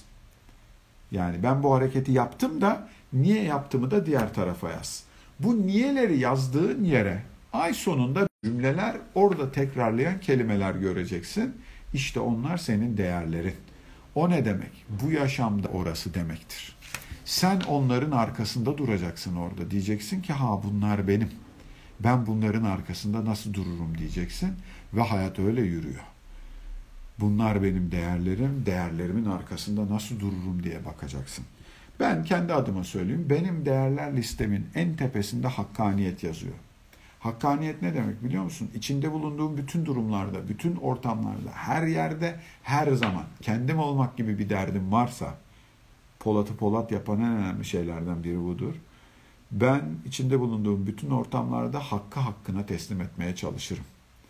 Yani ben bu hareketi yaptım da niye yaptığımı da diğer tarafa yaz. Bu niyeleri yazdığın yere ay sonunda cümleler orada tekrarlayan kelimeler göreceksin. İşte onlar senin değerlerin. O ne demek? Bu yaşamda orası demektir. Sen onların arkasında duracaksın orada. Diyeceksin ki ha bunlar benim. Ben bunların arkasında nasıl dururum diyeceksin. Ve hayat öyle yürüyor. Bunlar benim değerlerim. Değerlerimin arkasında nasıl dururum diye bakacaksın. Ben kendi adıma söyleyeyim. Benim değerler listemin en tepesinde hakkaniyet yazıyor. Hakkaniyet ne demek biliyor musun? İçinde bulunduğum bütün durumlarda, bütün ortamlarda, her yerde, her zaman kendim olmak gibi bir derdim varsa, Polat'ı Polat yapan en önemli şeylerden biri budur. Ben içinde bulunduğum bütün ortamlarda hakkı hakkına teslim etmeye çalışırım.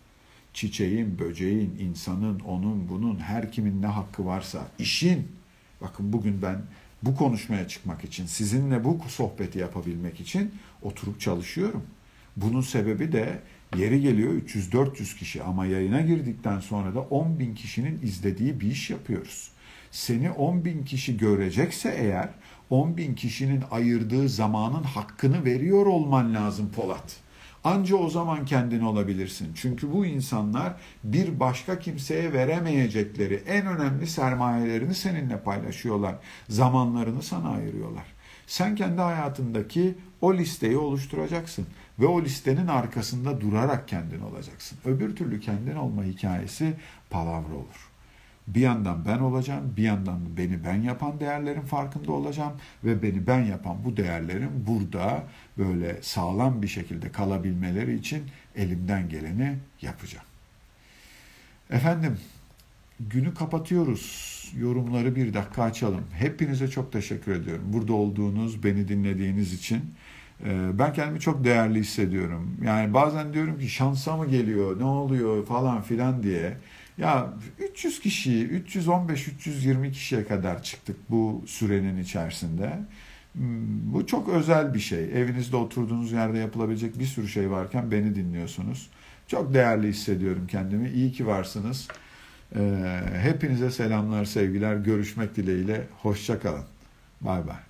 Çiçeğin, böceğin, insanın, onun, bunun, her kimin ne hakkı varsa, işin, bakın bugün ben bu konuşmaya çıkmak için, sizinle bu sohbeti yapabilmek için oturup çalışıyorum. Bunun sebebi de yeri geliyor üç yüz dört yüz kişi ama yayına girdikten sonra da on bin kişinin izlediği bir iş yapıyoruz. Seni on bin kişi görecekse eğer on bin kişinin ayırdığı zamanın hakkını veriyor olman lazım Polat. Anca o zaman kendin olabilirsin. Çünkü bu insanlar bir başka kimseye veremeyecekleri en önemli sermayelerini seninle paylaşıyorlar. Zamanlarını sana ayırıyorlar. Sen kendi hayatındaki o listeyi oluşturacaksın ve o listenin arkasında durarak kendin olacaksın. Öbür türlü kendin olma hikayesi palavra olur. Bir yandan ben olacağım, bir yandan beni ben yapan değerlerin farkında olacağım ve beni ben yapan bu değerlerin burada böyle sağlam bir şekilde kalabilmeleri için elimden geleni yapacağım. Efendim, günü kapatıyoruz. Yorumları bir dakika açalım. Hepinize çok teşekkür ediyorum. Burada olduğunuz, beni dinlediğiniz için. Ben kendimi çok değerli hissediyorum. Yani bazen diyorum ki şansa mı geliyor, ne oluyor falan filan diye. Ya üç yüz kişi, üç yüz on beş üç yüz yirmi kişiye kadar çıktık bu sürenin içerisinde. Bu çok özel bir şey. Evinizde oturduğunuz yerde yapılabilecek bir sürü şey varken beni dinliyorsunuz. Çok değerli hissediyorum kendimi. İyi ki varsınız. Hepinize selamlar, sevgiler. Görüşmek dileğiyle. Hoşça kalın. Bay bay.